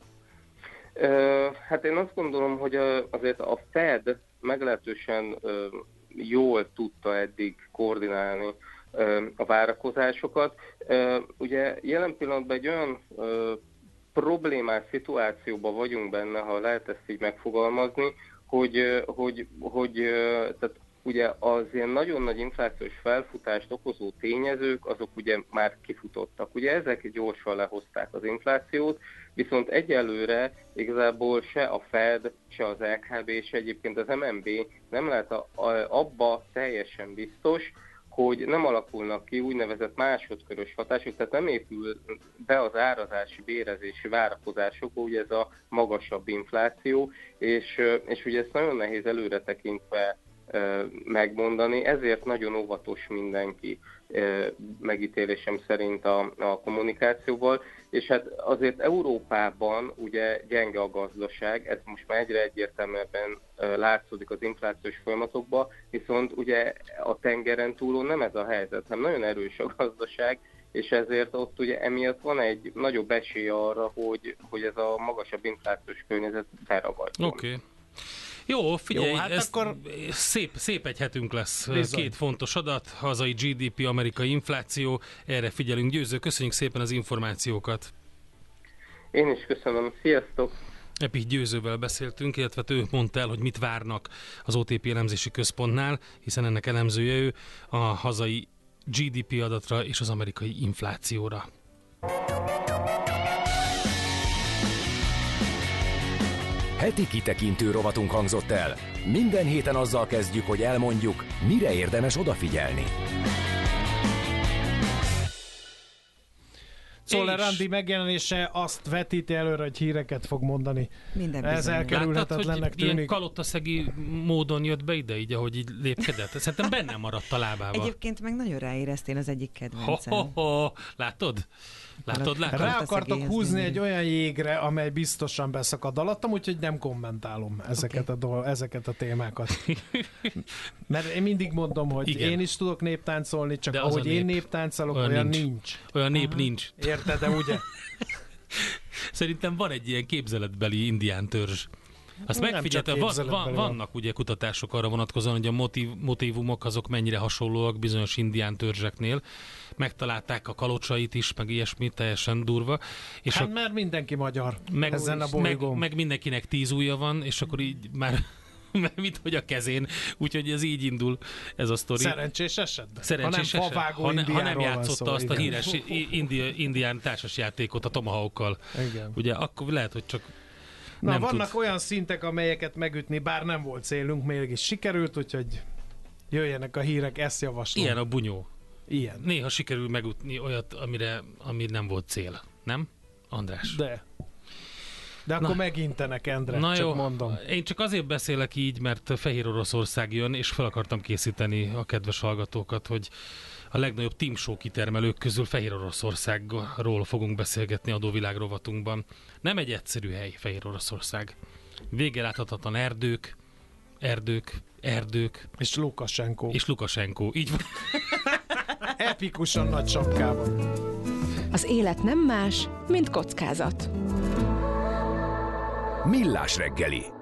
Speaker 9: Hát én azt gondolom, hogy azért a Fed meglehetősen jól tudta eddig koordinálni a várakozásokat. Ugye jelen pillanatban egy olyan problémás szituációban vagyunk benne, ha lehet ezt így megfogalmazni, hogy, hogy, hogy tehát ugye az ilyen nagyon nagy inflációs felfutást okozó tényezők, azok ugye már kifutottak. Ugye ezek gyorsan lehozták az inflációt, viszont egyelőre igazából se a Fed, se az é ká bé, se egyébként az em en bé nem lehet a, a, abba teljesen biztos, hogy nem alakulnak ki úgynevezett másodkörös hatások, tehát nem épül be az árazási, bérezési várakozásokba, ugye ez a magasabb infláció, és, és ugye ezt nagyon nehéz előre tekintve megmondani, ezért nagyon óvatos mindenki megítélésem szerint a, a kommunikációval, és hát azért Európában ugye gyenge a gazdaság, ez most már egyre egyértelműen látszódik az inflációs folyamatokban, viszont ugye a tengeren túlon nem ez a helyzet, hanem nagyon erős a gazdaság, és ezért ott ugye emiatt van egy nagyobb esély arra, hogy, hogy ez a magasabb inflációs környezet beragadjon.
Speaker 8: Oké. Okay. Jó, figyelj,
Speaker 7: Jó, hát
Speaker 8: ez
Speaker 7: akkor...
Speaker 8: szép, szép egy hetünk lesz.
Speaker 7: Bizony.
Speaker 8: Két fontos adat, hazai gé dé pé, amerikai infláció, erre figyelünk. Győző, köszönjük szépen az információkat.
Speaker 9: Én is köszönöm, sziasztok!
Speaker 8: Epi Győzővel beszéltünk, illetve ő mondta el, hogy mit várnak az o té pé elemzési központnál, hiszen ennek elemzője ő a hazai gé dé pé adatra és az amerikai inflációra.
Speaker 1: Heti kitekintő rovatunk hangzott el. Minden héten azzal kezdjük, hogy elmondjuk, mire érdemes odafigyelni.
Speaker 7: Czoller Andi megjelenése azt vetíti előre, hogy híreket fog mondani.
Speaker 4: Minden
Speaker 7: Ez
Speaker 4: bizony.
Speaker 7: elkerülhetetlennek
Speaker 8: Láttad, hogy ilyen
Speaker 7: tűnik.
Speaker 8: kalotaszegi módon jött be ide, így ahogy így lépkedett? Szerintem benne maradt a lábába.
Speaker 4: Egyébként meg nagyon ráéreztél az egyik kedvencem.
Speaker 8: Ho, ho, ho. Látod? Látod, látod?
Speaker 7: Rá akartok
Speaker 4: szegélyhez
Speaker 7: húzni
Speaker 4: mindig.
Speaker 7: egy olyan jégre, amely biztosan beszakad alattam, úgyhogy nem kommentálom ezeket, okay. a, dolg, ezeket a témákat. Mert én mindig mondom, hogy
Speaker 8: Igen.
Speaker 7: én is tudok néptáncolni, csak
Speaker 8: de az
Speaker 7: ahogy
Speaker 8: a
Speaker 7: én
Speaker 8: nép.
Speaker 7: néptáncolok,
Speaker 8: Olyan
Speaker 7: olyan,
Speaker 8: nincs.
Speaker 7: nincs.
Speaker 8: Olyan nép
Speaker 7: Aha.
Speaker 8: nincs.
Speaker 7: Érted, de ugye?
Speaker 8: Szerintem van egy ilyen képzeletbeli indián törzs. Azt
Speaker 7: Nem
Speaker 8: megfigyelte,
Speaker 7: csak
Speaker 8: van,
Speaker 7: képzeletbeli
Speaker 8: van,
Speaker 7: van.
Speaker 8: vannak ugye kutatások arra vonatkozóan, hogy a motiv, motivumok azok mennyire hasonlóak bizonyos indián törzseknél. Megtalálták a kalocsait is, meg ilyesmi, teljesen durva. És
Speaker 7: Hát
Speaker 8: a,
Speaker 7: mert mindenki magyar
Speaker 8: meg,
Speaker 7: ezen a
Speaker 8: meg,
Speaker 7: bolygón.
Speaker 8: meg mindenkinek tíz ujja van, és akkor így már mint hogy a kezén. Úgyhogy ez így indul, ez a sztori.
Speaker 7: Szerencsés esetben.
Speaker 8: Szerencsés
Speaker 7: ha nem
Speaker 8: eset.
Speaker 7: favágó
Speaker 8: Ha, ne, ha nem
Speaker 7: indiáról van
Speaker 8: játszotta
Speaker 7: szó,
Speaker 8: azt
Speaker 7: igen.
Speaker 8: a híres india, indián társasjátékot a Tomahawkkal.
Speaker 7: Igen.
Speaker 8: Ugye akkor lehet, hogy csak
Speaker 7: Na,
Speaker 8: nem
Speaker 7: vannak
Speaker 8: tud.
Speaker 7: olyan szintek, amelyeket megütni, bár nem volt célunk, mégis sikerült, úgyhogy jöjjenek a hírek, ezt javaslom.
Speaker 8: Ilyen a bunyó.
Speaker 7: Ilyen.
Speaker 8: Néha sikerül megutni olyat, amire, ami nem volt cél. Nem? András?
Speaker 7: De. De akkor
Speaker 8: Na.
Speaker 7: megintenek, Endre,
Speaker 8: Na
Speaker 7: csak
Speaker 8: jó,
Speaker 7: mondom.
Speaker 8: én csak azért beszélek így, mert Fehér Oroszország jön, és fel akartam készíteni a kedves hallgatókat, hogy a legnagyobb team show kitermelők közül Fehér Oroszországról fogunk beszélgetni adóvilág rovatunkban. Nem egy egyszerű hely Fehér Oroszország. Végeláthatatlan erdők, erdők, erdők.
Speaker 7: És Lukasenko.
Speaker 8: És Lukasenko, így van.
Speaker 7: Epikusan nagy sapkában.
Speaker 5: Az élet nem más, mint kockázat.
Speaker 1: Millás reggeli.